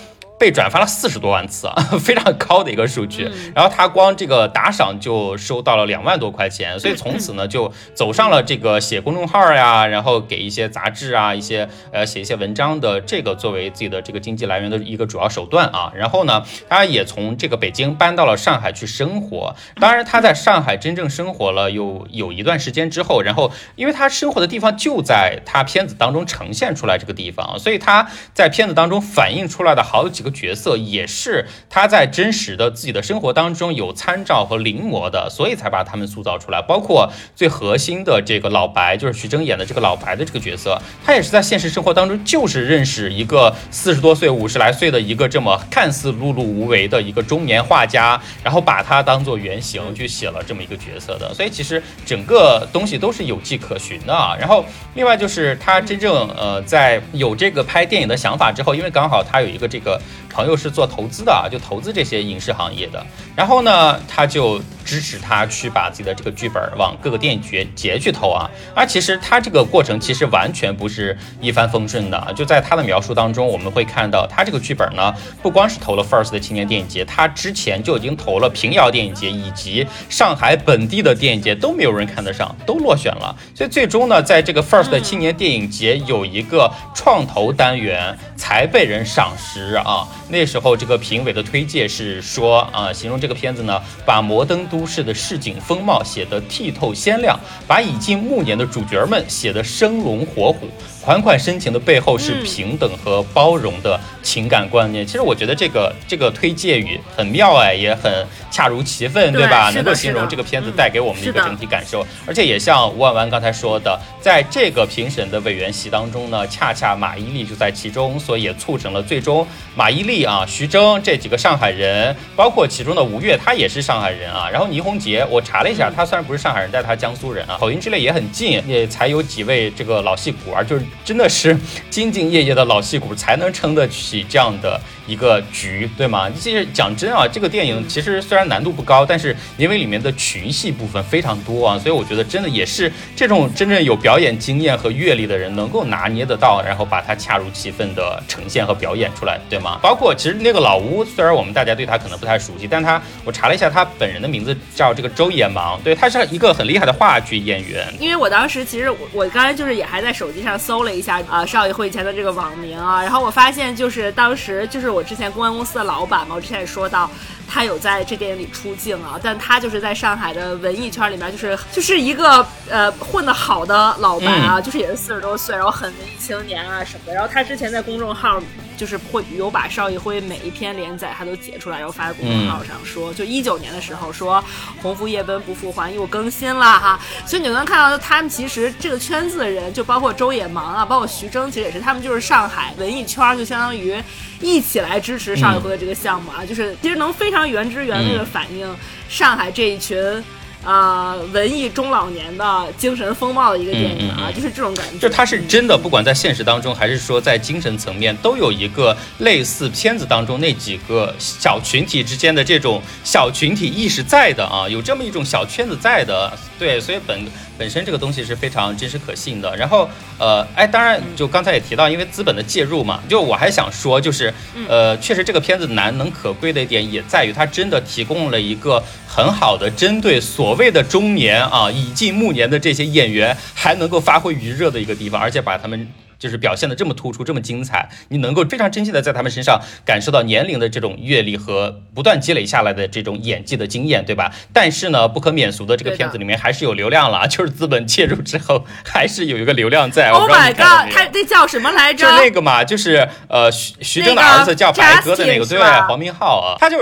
被转发了40多万次啊，非常高的一个数据。然后他光这个打赏就收到了2万多块钱，所以从此呢就走上了这个写公众号呀，然后给一些杂志啊写一些文章的这个作为自己的这个经济来源的一个主要手段啊。然后呢，他也从这个北京搬到了上海去生活。当然他在上海真正生活了有一段时间之后，然后因为他生活的地方就在他片子当中呈现出来这个地方，所以他在片子当中反映出来的好几个角色也是他在真实的自己的生活当中有参照和临摹的，所以才把他们塑造出来。包括最核心的这个老白，就是徐峥演的这个老白的这个角色，他也是在现实生活当中就是认识一个40多岁50来岁的一个这么看似碌碌无为的一个中年画家，然后把他当做原型去写了这么一个角色的。所以其实整个东西都是有迹可循的啊。然后另外就是他真正在有这个拍电影的想法之后，因为刚好他有一个这个朋友是做投资的，就投资这些影视行业的，然后呢他就支持他去把自己的这个剧本往各个电影节去投啊。其实他这个过程其实完全不是一帆风顺的，就在他的描述当中我们会看到他这个剧本呢不光是投了 First 的青年电影节，他之前就已经投了平遥电影节以及上海本地的电影节，都没有人看得上，都落选了。所以最终呢在这个 First 的青年电影节有一个创投单元才被人赏识啊。那时候这个评委的推介是说形容这个片子呢把摩登都市的市井风貌写得剔透鲜亮，把已近暮年的主角们写得生龙活虎，款款深情的背后是平等和包容的情感观念。其实我觉得这个推介语很妙也很恰如其分，对吧？能够形容这个片子带给我们的一个整体感受。而且也像吴婉婉刚才说的，在这个评审的委员席当中呢，恰恰马伊琍就在其中，所以也促成了最终马伊琍徐峥这几个上海人，包括其中的吴越，他也是上海人啊。然后倪虹洁，我查了一下，他虽然不是上海人，但他江苏人啊，口音之类也很近，也才有几位这个老戏骨就是真的是兢兢业业的老戏骨才能撑得起这样的一个局，对吗？其实讲真这个电影其实虽然难度不高，但是因为里面的群戏部分非常多所以我觉得真的也是这种真正有表演经验和阅历的人能够拿捏得到，然后把它恰如其分的呈现和表演出来，对吗？包括其实那个老吴，虽然我们大家对他可能不太熟悉，但我查了一下，他本人的名字叫这个周野芒，对，他是一个很厉害的话剧演员。 因为我当时其实我刚才就是也还在手机上搜了一下邵艺辉以前的这个网名然后我发现就是当时就是我之前公关公司的老板嘛，我之前也说到他有在这电影里出镜但他就是在上海的文艺圈里面就是一个混得好的老板就是也是40多岁，然后很文艺青年什么的。然后他之前在公众号就是会有把邵艺辉每一篇连载他都截出来，然后发在公众号上说就19年的时候说鸿福夜奔不复还又更新了所以你能看到他们其实这个圈子的人，就包括周野芒包括徐峥，其实也是他们就是上海文艺圈就相当于一起来支持邵艺辉的这个项目就是其实能非常原汁原味的反映上海这一群文艺中老年的精神风貌的一个电影就是这种感觉。 就它是真的，不管在现实当中，还是说在精神层面，都有一个类似片子当中那几个小群体之间的这种小群体意识在的有这么一种小圈子在的。对，所以本身这个东西是非常真实可信的。然后当然就刚才也提到，因为资本的介入嘛，就我还想说就是确实这个片子难能可贵的一点也在于它真的提供了一个很好的针对所谓的中年已近暮年的这些演员还能够发挥余热的一个地方，而且把他们就是表现得这么突出这么精彩，你能够非常真切的在他们身上感受到年龄的这种阅历和不断积累下来的这种演技的经验，对吧？但是呢不可免俗的这个片子里面还是有流量了，就是资本介入之后还是有一个流量在。 Oh my god， 他那叫什么来着？ 就那个嘛，就是徐峥的儿子叫白鸽的那个，对，黄明昊他就是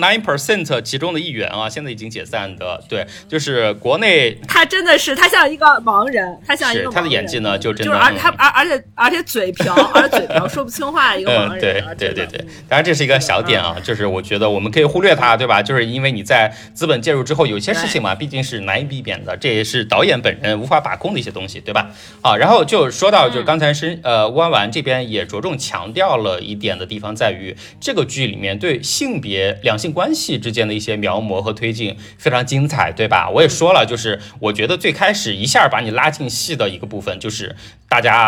9% 其中的一员现在已经解散的。对，就是国内他真的是他像一个盲人，他像一个盲人， 他的演技呢就真的而且嘴瓢，说不清话的一个盲人。 对，当然这是一个小点就是我觉得我们可以忽略它，对吧？就是因为你在资本介入之后，有些事情嘛，毕竟是难以避免的，这也是导演本人无法把控的一些东西，对吧？然后就说到，就刚才吴婉婉这边也着重强调了一点的地方，在于这个剧里面对性别两性关系之间的一些描摹和推进非常精彩，对吧？我也说了，就是我觉得最开始一下把你拉进戏的一个部分，就是大家所有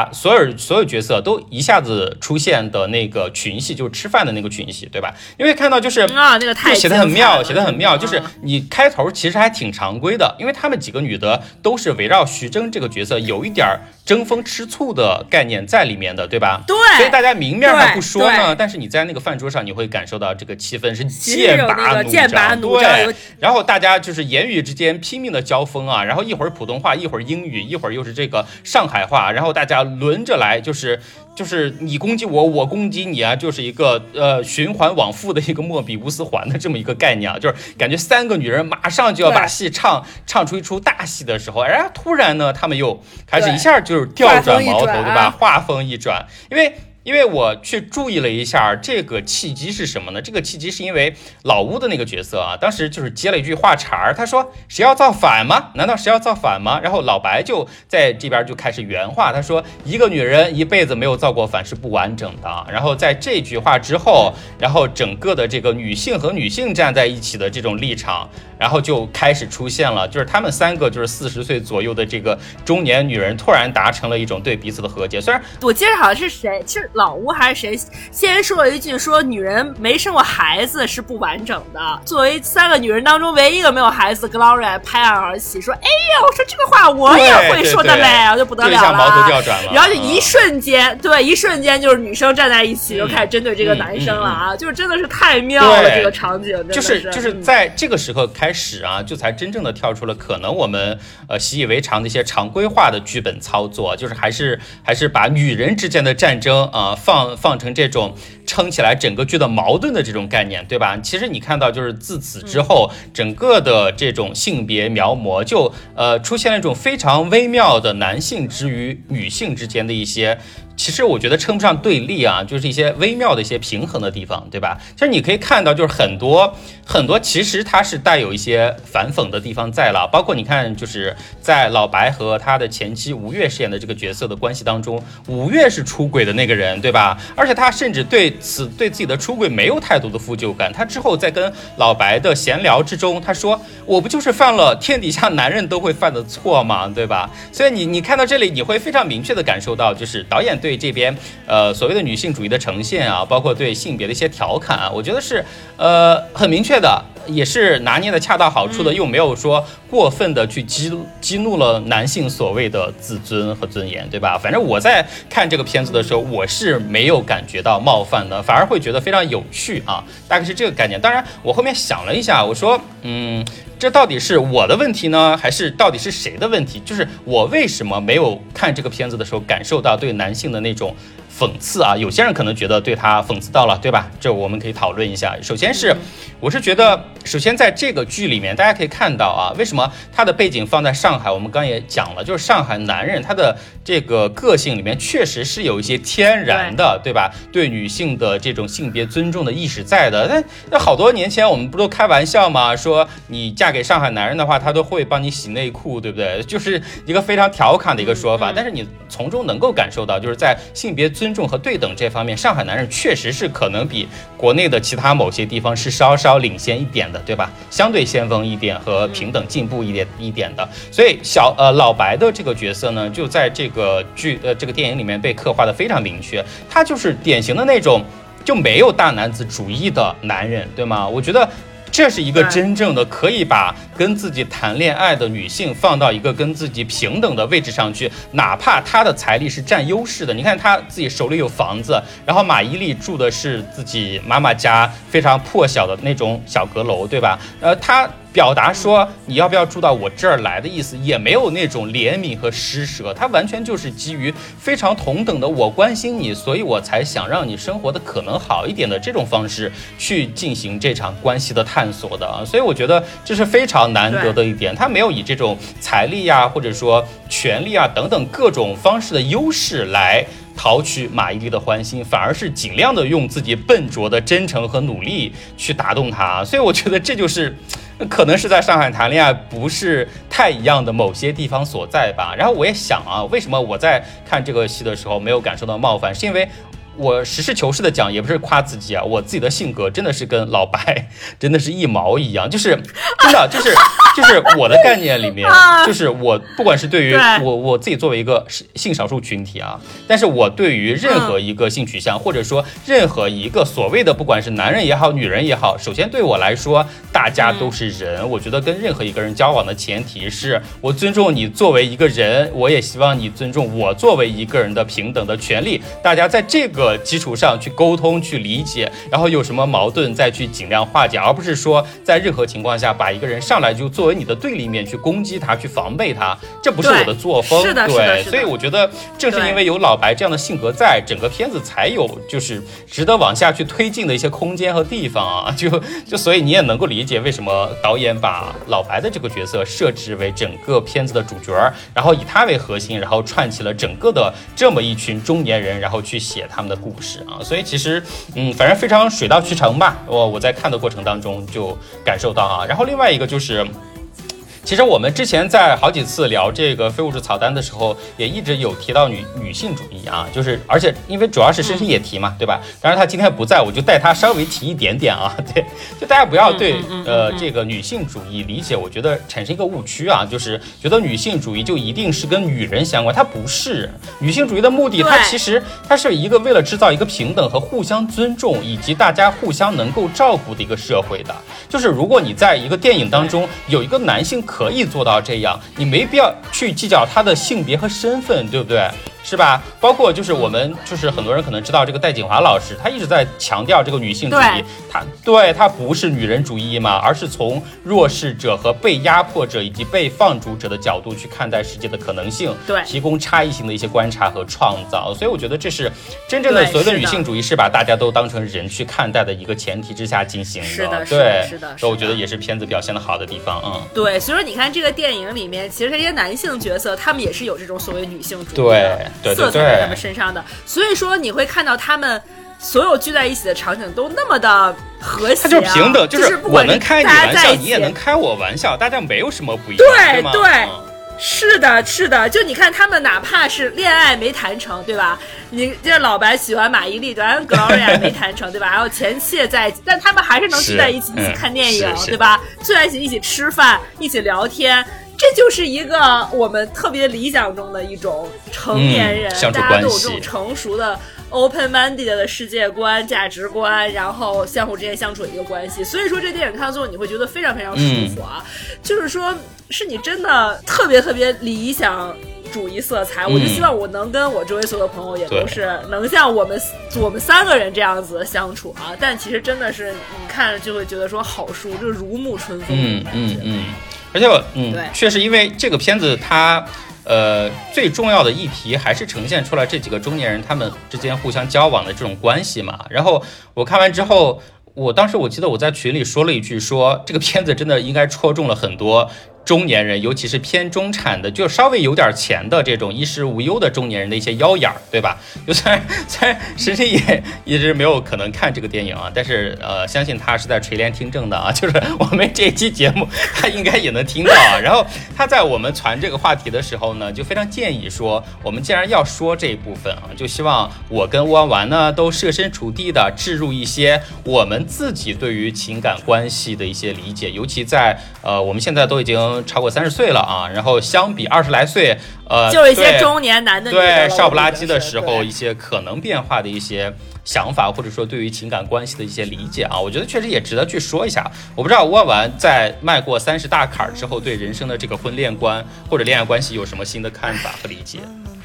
就是所有角色都一下子出现的那个群戏，就是吃饭的那个群戏，对吧？因为看到就是那个太写的很妙，写的很妙，就是你开头其实还挺常规的，因为他们几个女的都是围绕徐峥这个角色有一点争风吃醋的概念在里面的，对吧？ 对， 所以大家明面上不说呢，但是你在那个饭桌上你会感受到这个气氛是剑拔弩张，对。然后大家就是言语之间拼命的交锋啊，然后一会儿普通话，一会儿英语，一会儿又是这个上海话，然后大家轮着来，就是你攻击我，我攻击你啊，就是一个循环往复的一个莫比乌斯环的这么一个概念啊，就是感觉三个女人马上就要把戏唱出一出大戏的时候，然后突然呢，他们又开始一下就是调转矛头，对吧？话锋一转，因为我去注意了一下这个契机是什么呢？这个契机是因为老乌的那个角色啊，当时就是接了一句话茬，他说谁要造反吗？难道谁要造反吗？然后老白就在这边就开始原话，他说一个女人一辈子没有造过反是不完整的。然后在这句话之后，然后整个的这个女性和女性站在一起的这种立场，然后就开始出现了，就是他们三个就是40岁左右的这个中年女人突然达成了一种对彼此的和解。虽然我记得好像是谁，是老吴还是谁先说了一句，说女人没生过孩子是不完整的。作为3个女人当中唯一一个没有孩子 Gloria 拍案而起说，哎呀，我说这个话我也会说的嘞，然后就不得了了， 就一下矛头调转了， 然后就一瞬间就是女生站在一起，就开始针对这个男生了啊，就是真的是太妙了，这个场景就是在这个时刻开始啊，就才真正的跳出了可能我们习以为常的一些常规化的剧本操作，就是还是把女人之间的战争啊放成这种撑起来整个剧的矛盾的这种概念，对吧？其实你看到就是自此之后，整个的这种性别描摹就出现了一种非常微妙的男性之于女性之间的一些，其实我觉得称不上对立啊，就是一些微妙的一些平衡的地方，对吧？其实你可以看到，就是很多其实它是带有一些反讽的地方在了，包括你看，就是在老白和他的前妻吴越饰演的这个角色的关系当中，吴越是出轨的那个人，对吧？而且他甚至对自己的出轨没有太多的负疚感，他之后在跟老白的闲聊之中，他说我不就是犯了天底下男人都会犯的错吗？对吧？所以你看到这里，你会非常明确的感受到，就是导演对这边所谓的女性主义的呈现啊，包括对性别的一些调侃啊，我觉得是很明确的，也是拿捏的恰到好处的，又没有说过分的去激怒了男性所谓的自尊和尊严，对吧？反正我在看这个片子的时候，我是没有感觉到冒犯的，反而会觉得非常有趣啊，大概是这个概念。当然我后面想了一下，我说这到底是我的问题呢，还是到底是谁的问题？就是我为什么没有看这个片子的时候感受到对男性的那种讽刺啊？有些人可能觉得对他讽刺到了，对吧？这我们可以讨论一下。首先是我是觉得，首先在这个剧里面，大家可以看到啊，为什么他的背景放在上海？我们刚也讲了，就是上海男人他的这个个性里面确实是有一些天然的，对吧？对女性的这种性别尊重的意识在的。那好多年前我们不都开玩笑吗？说你嫁给上海男人的话，他都会帮你洗内裤，对不对？就是一个非常调侃的一个说法。但是你从中能够感受到，就是在性别尊重和对等这方面，上海男人确实是可能比国内的其他某些地方是稍稍领先一点的，对吧？相对先锋一点和平等进步一点的。所以老白的这个角色呢，就在这个这个电影里面被刻画的非常明确，他就是典型的那种就没有大男子主义的男人，对吗？我觉得这是一个真正的可以把跟自己谈恋爱的女性放到一个跟自己平等的位置上去，哪怕她的财力是占优势的。你看她自己手里有房子，然后马伊琍住的是自己妈妈家非常破小的那种小阁楼，对吧？她表达说你要不要住到我这儿来的意思，也没有那种怜悯和施舍，他完全就是基于非常同等的我关心你，所以我才想让你生活的可能好一点的这种方式去进行这场关系的探索的啊。所以我觉得这是非常难得的一点，他没有以这种财力啊或者说权力啊等等各种方式的优势来讨取马伊琍的欢心，反而是尽量的用自己笨拙的真诚和努力去打动她。所以我觉得这就是可能是在上海谈恋爱不是太一样的某些地方所在吧。然后我也想啊，为什么我在看这个戏的时候没有感受到冒犯，是因为我实事求是的讲，也不是夸自己啊，我自己的性格真的是跟老白真的是一毛一样，就是真的就是我的概念里面，就是我不管是对于我自己作为一个性少数群体啊，但是我对于任何一个性取向，或者说任何一个所谓的不管是男人也好女人也好，首先对我来说大家都是人，我觉得跟任何一个人交往的前提是我尊重你作为一个人，我也希望你尊重我作为一个人的平等的权利，大家在这个基础上去沟通去理解，然后有什么矛盾再去尽量化解，而不是说在任何情况下把一个人上来就作为你的对立面去攻击他去防备他，这不是我的作风。对，所以我觉得正是因为有老白这样的性格在，整个片子才有就是值得往下去推进的一些空间和地方啊，就所以你也能够理解为什么导演把老白的这个角色设置为整个片子的主角，然后以他为核心，然后串起了整个的这么一群中年人，然后去写他们的故事啊。所以其实反正非常水到渠成吧，我在看的过程当中就感受到啊。然后另外一个就是其实我们之前在好几次聊这个非物质草单的时候，也一直有提到女性主义啊，就是而且因为主要是深深也提嘛，对吧？当然他今天不在，我就带他稍微提一点点啊，对，就大家不要对这个女性主义理解，我觉得产生一个误区啊，就是觉得女性主义就一定是跟女人相关，它不是。女性主义的目的，它其实它是一个为了制造一个平等和互相尊重以及大家互相能够照顾的一个社会的。就是如果你在一个电影当中有一个男性可以做到这样，你没必要去计较他的性别和身份，对不对？是吧？包括就是我们就是很多人可能知道这个戴锦华老师，他一直在强调这个女性主义，他不是女人主义嘛，而是从弱势者和被压迫者以及被放逐者的角度去看待世界的可能性，对，提供差异性的一些观察和创造。所以我觉得这是真正的所谓的女性主义，是把大家都当成人去看待的一个前提之下进行的。 是的， 对， 是的。 所以我觉得也是片子表现的好的地方。 对，所以说你看这个电影里面，其实这些男性角色他们也是有这种所谓女性主义的色彩在他们身上的，所以说你会看到他们所有聚在一起的场景都那么的和谐，他就是平等，就是我能开你玩笑，你也能开我玩笑，大家没有什么不一样，对吗？ 对。是的，是的，就你看他们哪怕是恋爱没谈成，对吧？你这老白喜欢马伊琍，然后 Gloria 没谈成，对吧？还有前妻在一起，但他们还是能聚在一起，一起看电影，对吧？聚在一起，一起吃饭，一起聊天。这就是一个我们特别理想中的一种成年人，大家都有这种成熟的 open-minded 的世界观、价值观，然后相互之间相处的一个关系。所以说这电影看到最后你会觉得非常非常舒服啊，就是说是你真的特别特别理想主义色彩，我就希望我能跟我周围所有的朋友也都是能像我们三个人这样子相处啊。但其实真的是你看着就会觉得说好舒，就如沐春风。 而且确实因为这个片子它最重要的议题还是呈现出来这几个中年人他们之间互相交往的这种关系嘛。然后我看完之后，当时我记得我在群里说了一句，说这个片子真的应该戳中了很多中年人，尤其是偏中产的，就稍微有点钱的这种衣食无忧的中年人的一些腰眼儿，对吧？就虽然实际也一直没有可能看这个电影啊，但是相信他是在垂帘听政的啊，就是我们这一期节目他应该也能听到啊。然后他在我们传这个话题的时候呢，就非常建议说，我们既然要说这一部分啊，就希望我跟乌丸丸呢都设身处地的置入一些我们自己对于情感关系的一些理解，尤其在我们现在都已经超过30岁了啊，然后相比20来岁， 就一些中年男的对少不拉几的时候一些可能变化的一些想法，或者说对于情感关系的一些理解啊，我觉得确实也值得去说一下。我不知道吴婉婉在迈过30大坎之后，对人生的这个婚恋观或者恋爱关系有什么新的看法和理解？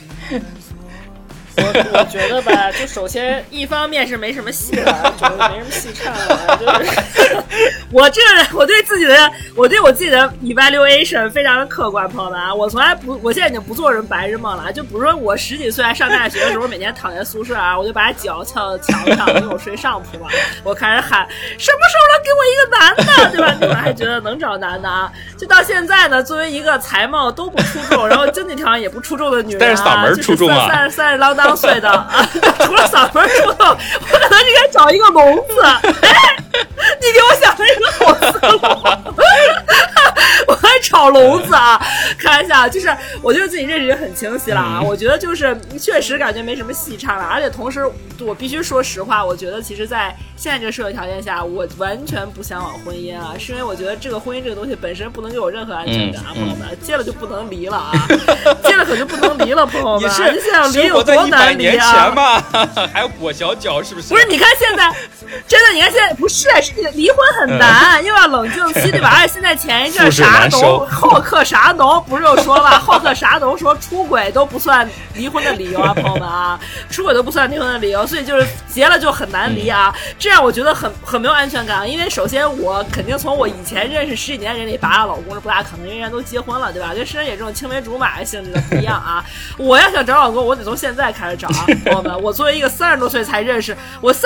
我觉得吧，就首先一方面是没什么戏了，觉得没什么戏唱了，就是我这个人，我对我自己的 evaluation 非常的客观，朋友们啊，我现在已经不做人白日梦了，就比如说我10几岁上大学的时候，每天躺在宿舍啊，我就把脚翘墙上，因为我睡上铺嘛，我开始喊什么时候能给我一个男的，对吧？那会儿还觉得能找男的啊，就到现在呢，作为一个才貌都不出众，然后经济条件也不出众的女人啊， 但是嗓门出众啊 ，30郎当岁的啊，除了嗓门出众，我可能应该找一个聋子。哎，你给我想了一个好思路，我还炒笼子啊，开玩笑，就是我觉得自己认识也很清晰了啊，我觉得就是确实感觉没什么戏唱了，而且同时我必须说实话，我觉得其实在现在这个社会条件下，我完全不向往婚姻啊，是因为我觉得这个婚姻这个东西本身不能给我任何安全感啊，朋友们，结了就不能离了啊，结了可就不能离了，朋友们，你想离有多难离啊？ 还有裹小脚是不是？ 不是，你看现在，真的，你看现在不是离婚很难，又要冷静期，对吧？而且现在前一阵啥农好客啥农不是又说了，好客啥农说出轨都不算离婚的理由啊，朋友们啊，出轨都不算离婚的理由，所以就是结了就很难离啊，这样我觉得很没有安全感，因为首先我肯定从我以前认识10几年人里拔老公是不大可能，因为人都结婚了，对吧？跟师姐这种青梅竹马性质的不一样啊，我要想找老公，我得从现在开始找啊，朋友们，我作为一个30多岁才认识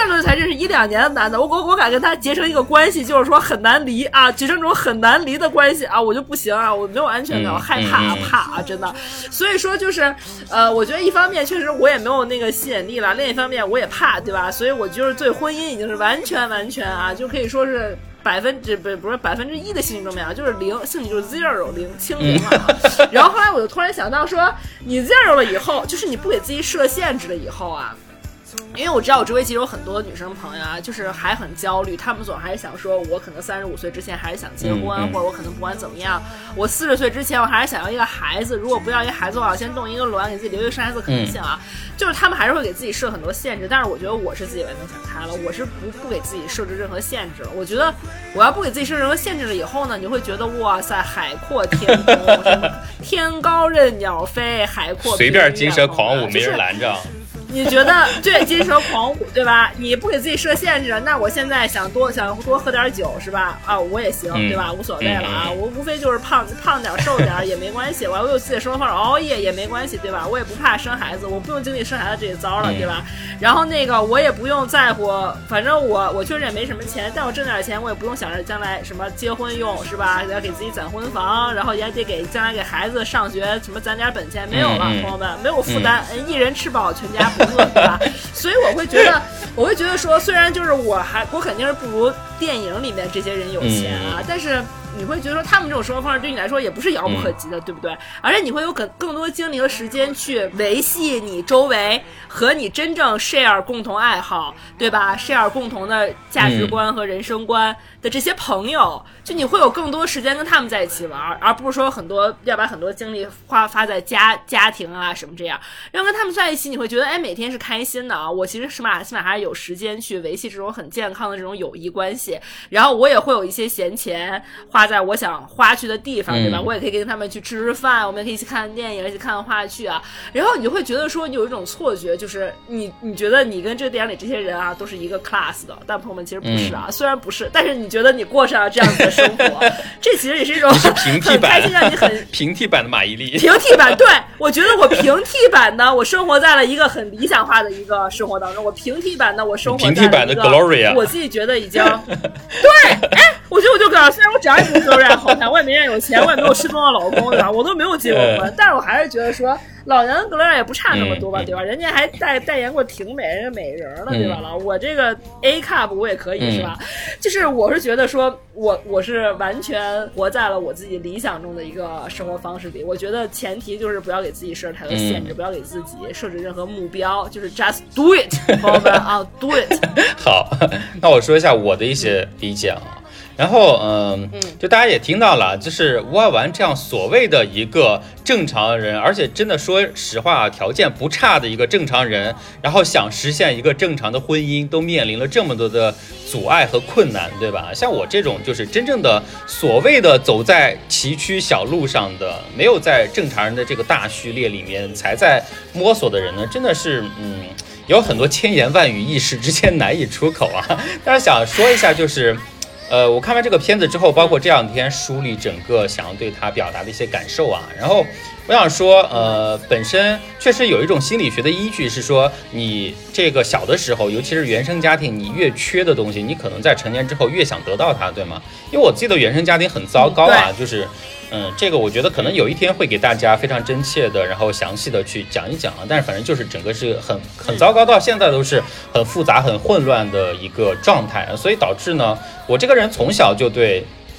1-2年的男的，我敢跟他结成一个关系，就是说很难离啊，结成这种很难离的关系啊，我就不行啊，我没有安全感，我害怕啊，怕啊，真的。所以说就是我觉得一方面确实我也没有那个吸引力了，另一方面我也怕，对吧？所以我就是对婚姻已经是完全啊，就可以说是不是1%的兴趣都没有，就是0，兴趣就是 zero 0清零了。然后后来我就突然想到说，你 zero 了以后，就是你不给自己设限制了以后啊。因为我知道我周围其实有很多女生朋友啊，就是还很焦虑，她们总还是想说，我可能35岁之前还是想结婚，或者我可能不管怎么样，我40岁之前我还是想要一个孩子，如果不要一个孩子的话，我先动一个卵，给自己留一个生孩子的可能性啊。就是她们还是会给自己设很多限制，但是我觉得我是自己完全想开了，我是不给自己设置任何限制了。我觉得我要不给自己设置任何限制了以后呢，你会觉得哇塞，海阔天空，什么天高任鸟飞，海阔随便金蛇狂舞，没人拦着。 你觉得对金蛇狂舞对吧？你不给自己设限制，那我现在想多喝点酒是吧？啊，我也行对吧？无所谓了啊，我无非就是胖点瘦点也没关系，我有自己的生活方式，熬夜也没关系对吧？我也不怕生孩子，我不用经历生孩子这一遭了对吧？然后那个我也不用在乎，反正我确实也没什么钱，但我挣点钱我也不用想着将来什么结婚用是吧？要给自己攒婚房，然后也得将来给孩子上学什么攒点本钱，没有了朋友们，没有负担，一人吃饱全家不饿对吧？所以我会觉得说，虽然就是我肯定是不如电影里面这些人有钱啊，但是你会觉得说他们这种生活方式对你来说也不是遥不可及的，对不对？而且你会有更多精力和时间去维系你周围和你真正 share 共同爱好，对吧？ share 共同的价值观和人生观的这些朋友，就你会有更多时间跟他们在一起玩，而不是说要把很多精力发在家庭啊什么这样。然后跟他们在一起，你会觉得每天是开心的啊！我其实起码还是有时间去维系这种很健康的这种友谊关系，然后我也会有一些闲钱花在我想花去的地方，对吧？我也可以跟他们去吃饭，我们也可以一起看电影，一起看话剧啊。然后你就会觉得说，你有一种错觉，就是你觉得你跟这个电影里这些人啊都是一个 class 的，但朋友们其实不是啊，虽然不是，但是你觉得你过上了这样子的生活，这其实也是一种很开心，让你很平替版的马伊琍， 平替版。对，我觉得我平替版的我生活在了一个很理想化的一个生活当中，我平替版的我生活在了一个平替版的 Gloria， 我自己觉得已经对，我觉得我就虽然我长得也不 Gloria 好看，我也没人有钱，我也没有失踪的老公，对吧？我都没有结过婚，但是我还是觉得说，老娘跟 Gloria 也不差那么多吧，对吧？人家还代言过挺美人家美人了，对吧？我这个 A cup 我也可以是吧？就是我是觉得说我是完全活在了我自己理想中的一个生活方式里。我觉得前提就是不要给自己设太多限制，不要给自己设置任何目标，就是 just do it， 朋友们啊 ，do it。 好，那我说一下我的一些理解啊。然后就大家也听到了，就是吴爱玩这样所谓的一个正常人，而且真的说实话条件不差的一个正常人，然后想实现一个正常的婚姻都面临了这么多的阻碍和困难，对吧？像我这种就是真正的所谓的走在崎岖小路上的，没有在正常人的这个大序列里面才在摸索的人呢，真的是有很多千言万语一时之间难以出口啊。但是想说一下就是我看完这个片子之后，包括这两天梳理整个想要对他表达的一些感受啊，然后我想说本身确实有一种心理学的依据是说，你这个小的时候，尤其是原生家庭，你越缺的东西，你可能在成年之后越想得到它，对吗？因为我自己的原生家庭很糟糕啊，就是这个我觉得可能有一天会给大家非常真切的，然后详细的去讲一讲啊。但是反正就是整个是很糟糕，到现在都是很复杂、很混乱的一个状态，所以导致呢，我这个人从小就对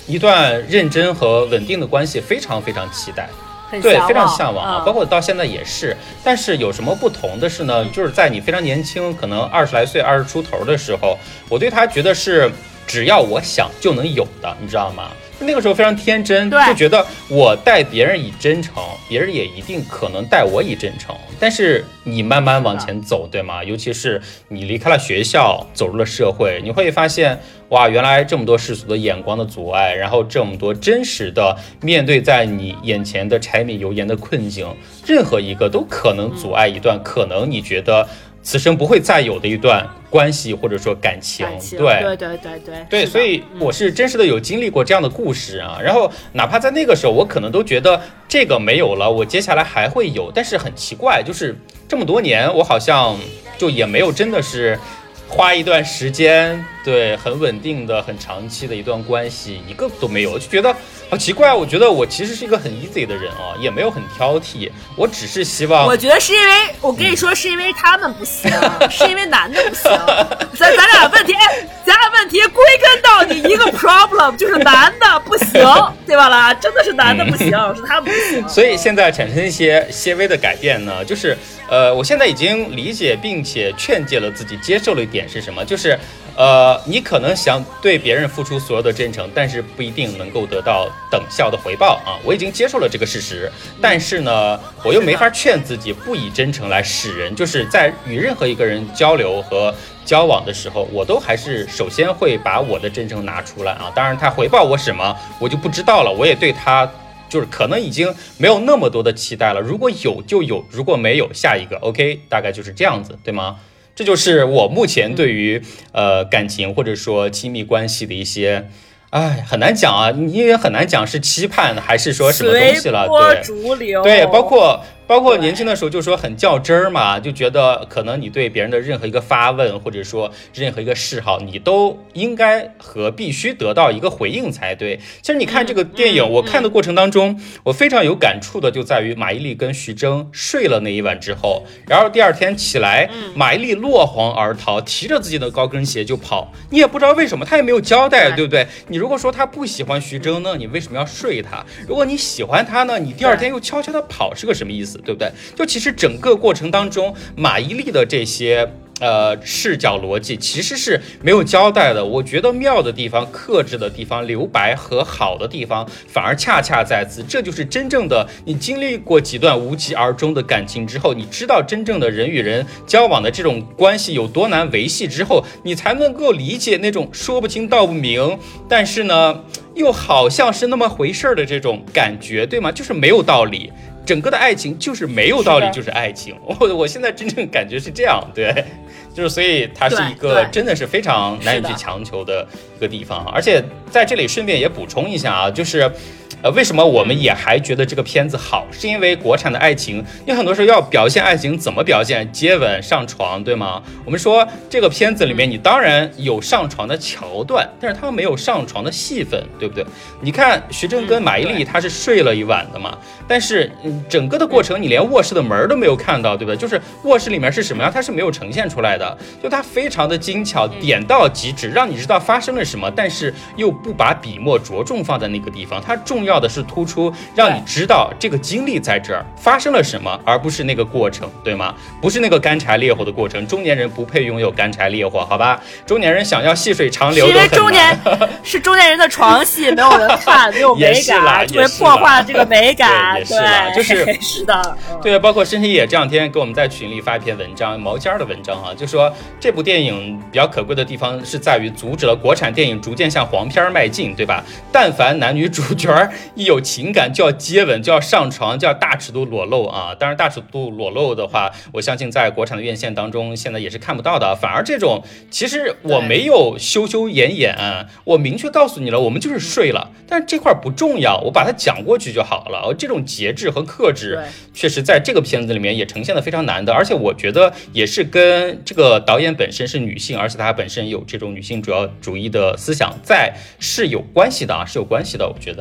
一段认真和稳定的关系非常非常期待。 对， 非常向往啊，包括到现在也是。但是有什么不同的是呢？就是在你非常年轻，可能20来岁、20出头的时候，我对他觉得是只要我想就能有的，你知道吗？那个时候非常天真，就觉得我待别人以真诚，别人也一定可能待我以真诚。但是你慢慢往前走，对吗？尤其是你离开了学校，走入了社会，你会发现，哇，原来这么多世俗的眼光的阻碍，然后这么多真实的面对在你眼前的柴米油盐的困境，任何一个都可能阻碍一段可能你觉得此生不会再有的一段关系或者说感情。对，所以我是真实的有经历过这样的故事啊。然后哪怕在那个时候，我可能都觉得这个没有了，我接下来还会有。但是很奇怪，就是这么多年，我好像就也没有真的是花一段时间，对，很稳定的、很长期的一段关系，一个都没有，就觉得好奇怪。我觉得我其实是一个很 easy 的人啊，也没有很挑剔，我只是希望。 我觉得是因为我跟你说，是因为他们不行，是因为男的不行。咱俩问题归根到底一个 problem， 就是男的不行，对吧啦？真的是男的不行，是他们不行。 所以现在产生一些些微的改变呢，就是我现在已经理解并且劝诫了自己，接受了一点是什么？就是你可能想对别人付出所有的真诚，但是不一定能够得到等效的回报啊！我已经接受了这个事实，但是呢，我又没法劝自己不以真诚来示人，就是在与任何一个人交流和交往的时候，我都还是首先会把我的真诚拿出来啊！当然，他回报我什么，我就不知道了。我也对他就是可能已经没有那么多的期待了。如果有就有，如果没有，下一个 OK， 大概就是这样子，对吗？这就是我目前对于感情或者说亲密关系的一些，很难讲啊，你也很难讲是期盼还是说什么东西了，对，包括年轻的时候就说很较真儿嘛，就觉得可能你对别人的任何一个发问或者说任何一个嗜好，你都应该和必须得到一个回应才对。其实你看这个电影，我看的过程当中，我非常有感触的就在于马伊琍跟徐峥睡了那一晚之后，然后第二天起来，马伊琍落荒而逃，提着自己的高跟鞋就跑，你也不知道为什么，他也没有交代，对不对？你如果说他不喜欢徐峥呢，你为什么要睡他？如果你喜欢他呢，你第二天又悄悄的跑是个什么意思？对不对？就其实整个过程当中，马伊琍的这些视角逻辑其实是没有交代的。我觉得妙的地方、克制的地方、留白和好的地方，反而恰恰在此。这就是真正的你经历过几段无疾而终的感情之后，你知道真正的人与人交往的这种关系有多难维系之后，你才能够理解那种说不清道不明，但是呢又好像是那么回事的这种感觉，对吗？就是没有道理。整个的爱情就是没有道理，就是爱情。我现在真正感觉是这样，对，就是所以它是一个真的是非常难以去强求的一个地方。而且在这里顺便也补充一下啊，就是为什么我们也还觉得这个片子好，是因为国产的爱情，你很多时候要表现爱情怎么表现？接吻、上床，对吗？我们说这个片子里面，你当然有上床的桥段，但是它没有上床的戏份，对不对？你看徐峥跟马伊琍，他是睡了一晚的嘛，但是整个的过程你连卧室的门都没有看到，对不对？就是卧室里面是什么样，它是没有呈现出来的，就它非常的精巧，点到即止，让你知道发生了什么，但是又不把笔墨着重放在那个地方，它重要的是突出让你知道这个经历在这儿发生了什么，而不是那个过程，对吗？不是那个干柴烈火的过程。中年人不配拥有干柴烈火，好吧？中年人想要细水长流都很难。 是中年人的床戏没有人看，没有美感，就会破坏了这个美感。 也是啦，就是是的， 对，包括申希野这两天给我们在群里发一篇文章，毛尖的文章啊，就说这部电影比较可贵的地方是在于阻止了国产电影逐渐向黄片迈进，对吧？但凡男女主角一有情感就要接吻，就要上床，就要大尺度裸露啊！当然，大尺度裸露的话，我相信在国产的院线当中现在也是看不到的。反而这种，其实我没有羞羞掩掩，我明确告诉你了，我们就是睡了，但是这块不重要，我把它讲过去就好了。这种节制和克制，确实在这个片子里面也呈现的非常难的，而且我觉得也是跟这个导演本身是女性，而且她本身有这种女性主义的思想在，是有关系的啊，是有关系的，我觉得，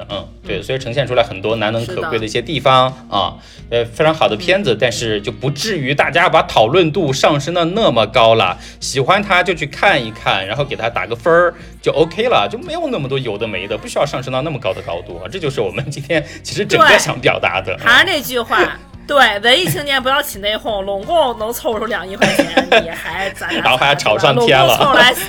对，所以呈现出来很多难能可贵的一些地方啊，非常好的片子，但是就不至于大家把讨论度上升的那么高了，喜欢它就去看一看，然后给它打个分儿就 OK 了，就没有那么多有的没的，不需要上升到那么高的高度啊，这就是我们今天其实整个想表达的。 还是那句话。对，文艺青年不要起内讧，拢共能凑出2亿块钱，你还咱然后还炒上天了， 拢共凑来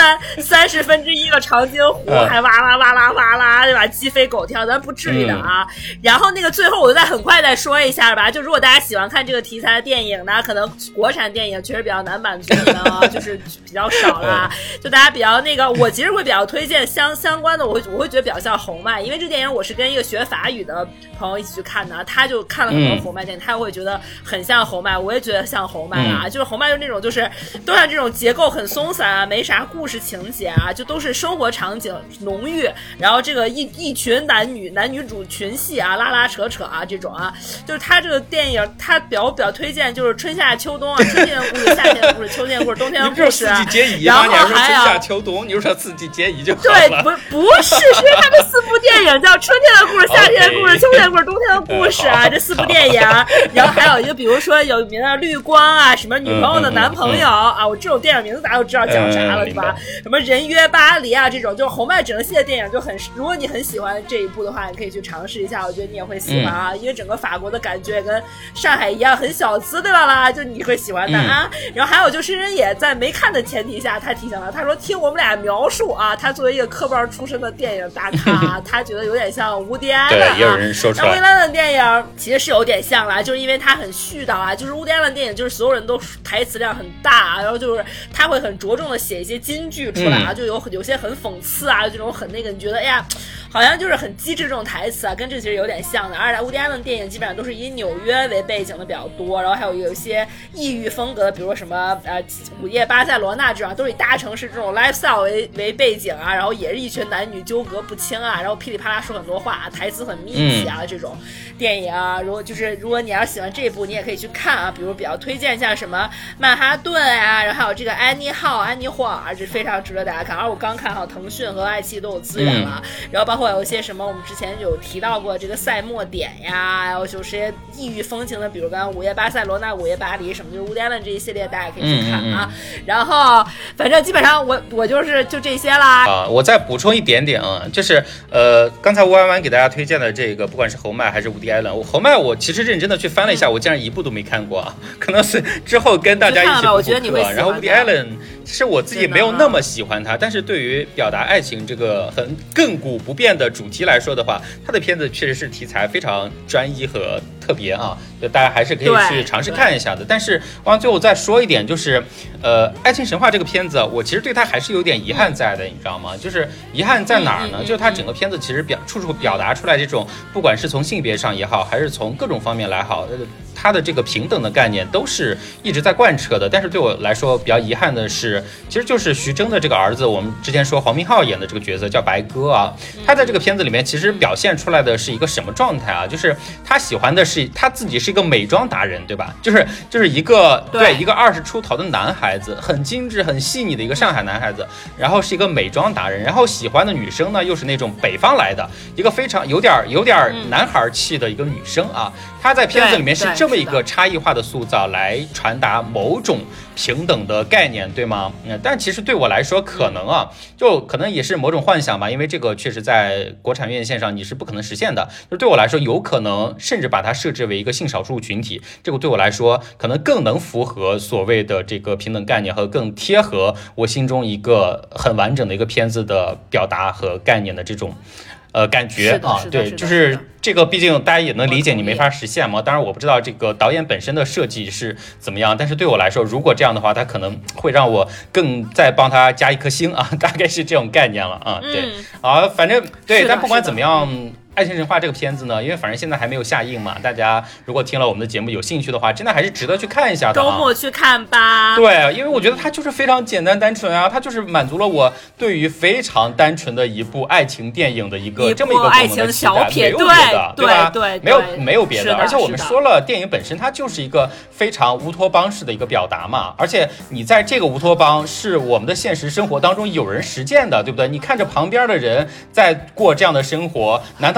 1/30个长津湖，还哇啦哇啦哇啦，对吧？鸡飞狗跳，咱不至于的啊。然后那个最后我就很快再说一下吧，就如果大家喜欢看这个题材的电影呢，可能国产电影确实比较难满足你呢，就是比较少啦。就大家比较那个，我其实会比较推荐相关的，我会觉得比较像侯麦，因为这电影我是跟一个学法语的朋友一起去看的，他就看了很多侯麦。他会觉得很像侯麦，我也觉得像侯麦啊，就是侯麦就那种就是都像这种结构很松散啊，没啥故事情节啊，就都是生活场景浓郁，然后这个一群男女主群戏啊，拉拉扯扯啊这种啊，就是他这个电影他比较推荐就是春夏秋冬啊，春天的故事、夏天的故事、秋天的故事、冬天的故事啊，然后还有春夏秋冬，你就说四季皆宜就好了。 对，不是因为他们4部电影叫春天的故事、夏天的故事、秋天的故事、冬天的故事啊，这4部电影。然后还有一个比如说有名的绿光啊，什么女朋友的男朋友啊，我这种电影名字大家都知道讲啥了，对吧？什么人约巴黎啊，这种就是侯麦整个系列电影就很，如果你很喜欢这一部的话，你可以去尝试一下，我觉得你也会喜欢啊，因为整个法国的感觉跟上海一样很小资，对吧啦？就你会喜欢的啊。然后还有就是人也在没看的前提下，他提醒了，他说听我们俩描述啊，他作为一个科班出身的电影大咖，他觉得有点像伍迪·艾伦啊。 对，也有人说出来。 那伍迪·艾伦的电影其实是有点像啦，就是因为他很絮叨啊，就是伍迪·艾伦电影就是所有人都台词量很大啊，然后就是他会很着重的写一些金句出来啊，就有些很讽刺啊，这种很那个你觉得哎呀好像就是很机智这种台词啊，跟这其实有点像的。而且伍迪·艾伦电影基本上都是以纽约为背景的比较多，然后还有一些异域风格的，比如说什么午夜巴塞罗那这种都是以大城市这种 lifestyle 为背景啊，然后也是一群男女纠葛不清啊，然后噼里啪啦说很多话，台词很密集啊，这种电影啊，如果你要喜欢这一部，你也可以去看啊，比如比较推荐像什么曼哈顿啊，然后还有这个安妮霍尔，这非常值得大家看。而我刚看好腾讯和爱奇艺都有资源了，然后包括有一些什么我们之前有提到过这个赛末点呀，还有就是些异域风情的，比如刚刚午夜巴塞罗那、午夜巴黎什么，就是伍迪·艾伦这一系列大家可以去看啊。然后反正基本上我就这些啦啊。我再补充一点点啊，就是刚才吴婉婉给大家推荐的这个，不管是侯麦还是伍迪·艾伦，侯麦我其实认真的去翻了一下，我竟然一部都没看过啊，可能是之后跟大家一起补我觉得你会喜欢。 然后伍迪·艾伦其实我自己没有那么喜欢他，但是对于表达爱情这个很亘古不变的主题来说的话，他的片子确实是题材非常专一和特别啊，就大家还是可以去尝试看一下的。但是往最后再说一点，就是爱情神话这个片子，我其实对他还是有点遗憾在的，你知道吗？就是遗憾在哪儿呢？就是他整个片子其实处处表达出来这种，不管是从性别上也好，还是从各种方面来好，他的这个平等的概念都是一直在贯彻的。但是对我来说比较遗憾的是，其实就是徐峥的这个儿子，我们之前说黄明昊演的这个角色叫白鸽啊，他在这个片子里面其实表现出来的是一个什么状态啊？就是他喜欢的是他自己是一个美妆达人，对吧？就是一个一个20出头的男孩子，很精致很细腻的一个上海男孩子，然后是一个美妆达人，然后喜欢的女生呢又是那种北方来的一个非常有点男孩气的一个女生啊。他在片子里面是这么一个差异化的塑造来传达某种平等的概念，对吗？但其实对我来说可能也是某种幻想吧，因为这个确实在国产院线上你是不可能实现的。就是对我来说有可能甚至把它设置为一个性少数群体，这个对我来说可能更能符合所谓的这个平等概念和更贴合我心中一个很完整的一个片子的表达和概念的这种感觉啊。对，就是这个毕竟大家也能理解你没法实现嘛。当然我不知道这个导演本身的设计是怎么样，但是对我来说如果这样的话，他可能会让我更再帮他加一颗星啊，大概是这种概念了啊。对，反正对，但不管怎么样，爱情神话这个片子呢，因为反正现在还没有下映嘛，大家如果听了我们的节目有兴趣的话，真的还是值得去看一下的。 周末去看吧。 对，因为我觉得它就是非常简单单纯啊，它就是满足了我对于非常单纯的一部爱情电影的这么一个爱情小品， 对吧？ 对， 没有别的。而且我们说了，电影本身它就是一个非常乌托邦式的一个表达嘛，而且你在这个乌托邦是我们的现实生活当中有人实践的，对不对？你看着旁边的人在过这样的生活，难道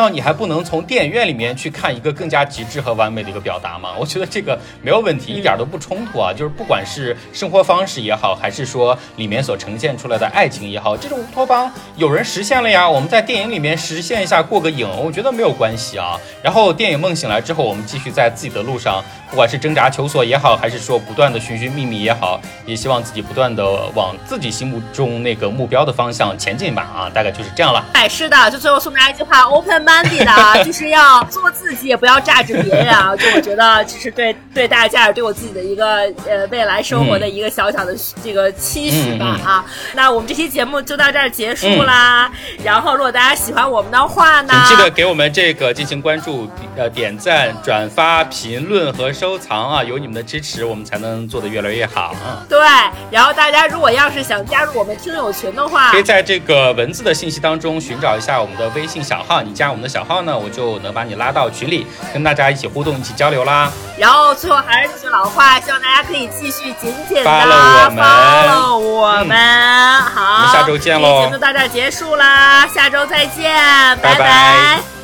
道你还不能从电影院里面去看一个更加极致和完美的一个表达吗？我觉得这个没有问题，一点都不冲突啊。就是不管是生活方式也好，还是说里面所呈现出来的爱情也好，这种乌托邦有人实现了呀，我们在电影里面实现一下过个瘾，我觉得没有关系啊。然后电影梦醒来之后，我们继续在自己的路上，不管是挣扎求索也好，还是说不断的寻寻觅觅也好，也希望自己不断的往自己心目中那个目标的方向前进吧啊，大概就是这样了。 哎，是的，就最后送大家一句话 ，open minded 啊，就是要做自己，也不要榨着别人啊。就我觉得，这是对大家，对我自己的一个未来生活的一个小小的这个期许吧啊。那我们这期节目就到这儿结束啦。然后，如果大家喜欢我们的话呢， 请记得给我们这个进行关注、点赞、转发、评论和收藏啊！有你们的支持，我们才能做得越来越好啊。 对，然后大家如果要是想加入我们听友群的话， 可以在这个文字的信息当中寻找一下我们的微信小号，你加我们的小号呢，我就能把你拉到群里，跟大家一起互动、一起交流啦。 然后最后还是那句老话，希望大家可以继续紧紧的 follow 我们。好， 我们下周见喽！ 节目就到这儿结束啦，下周再见，拜拜。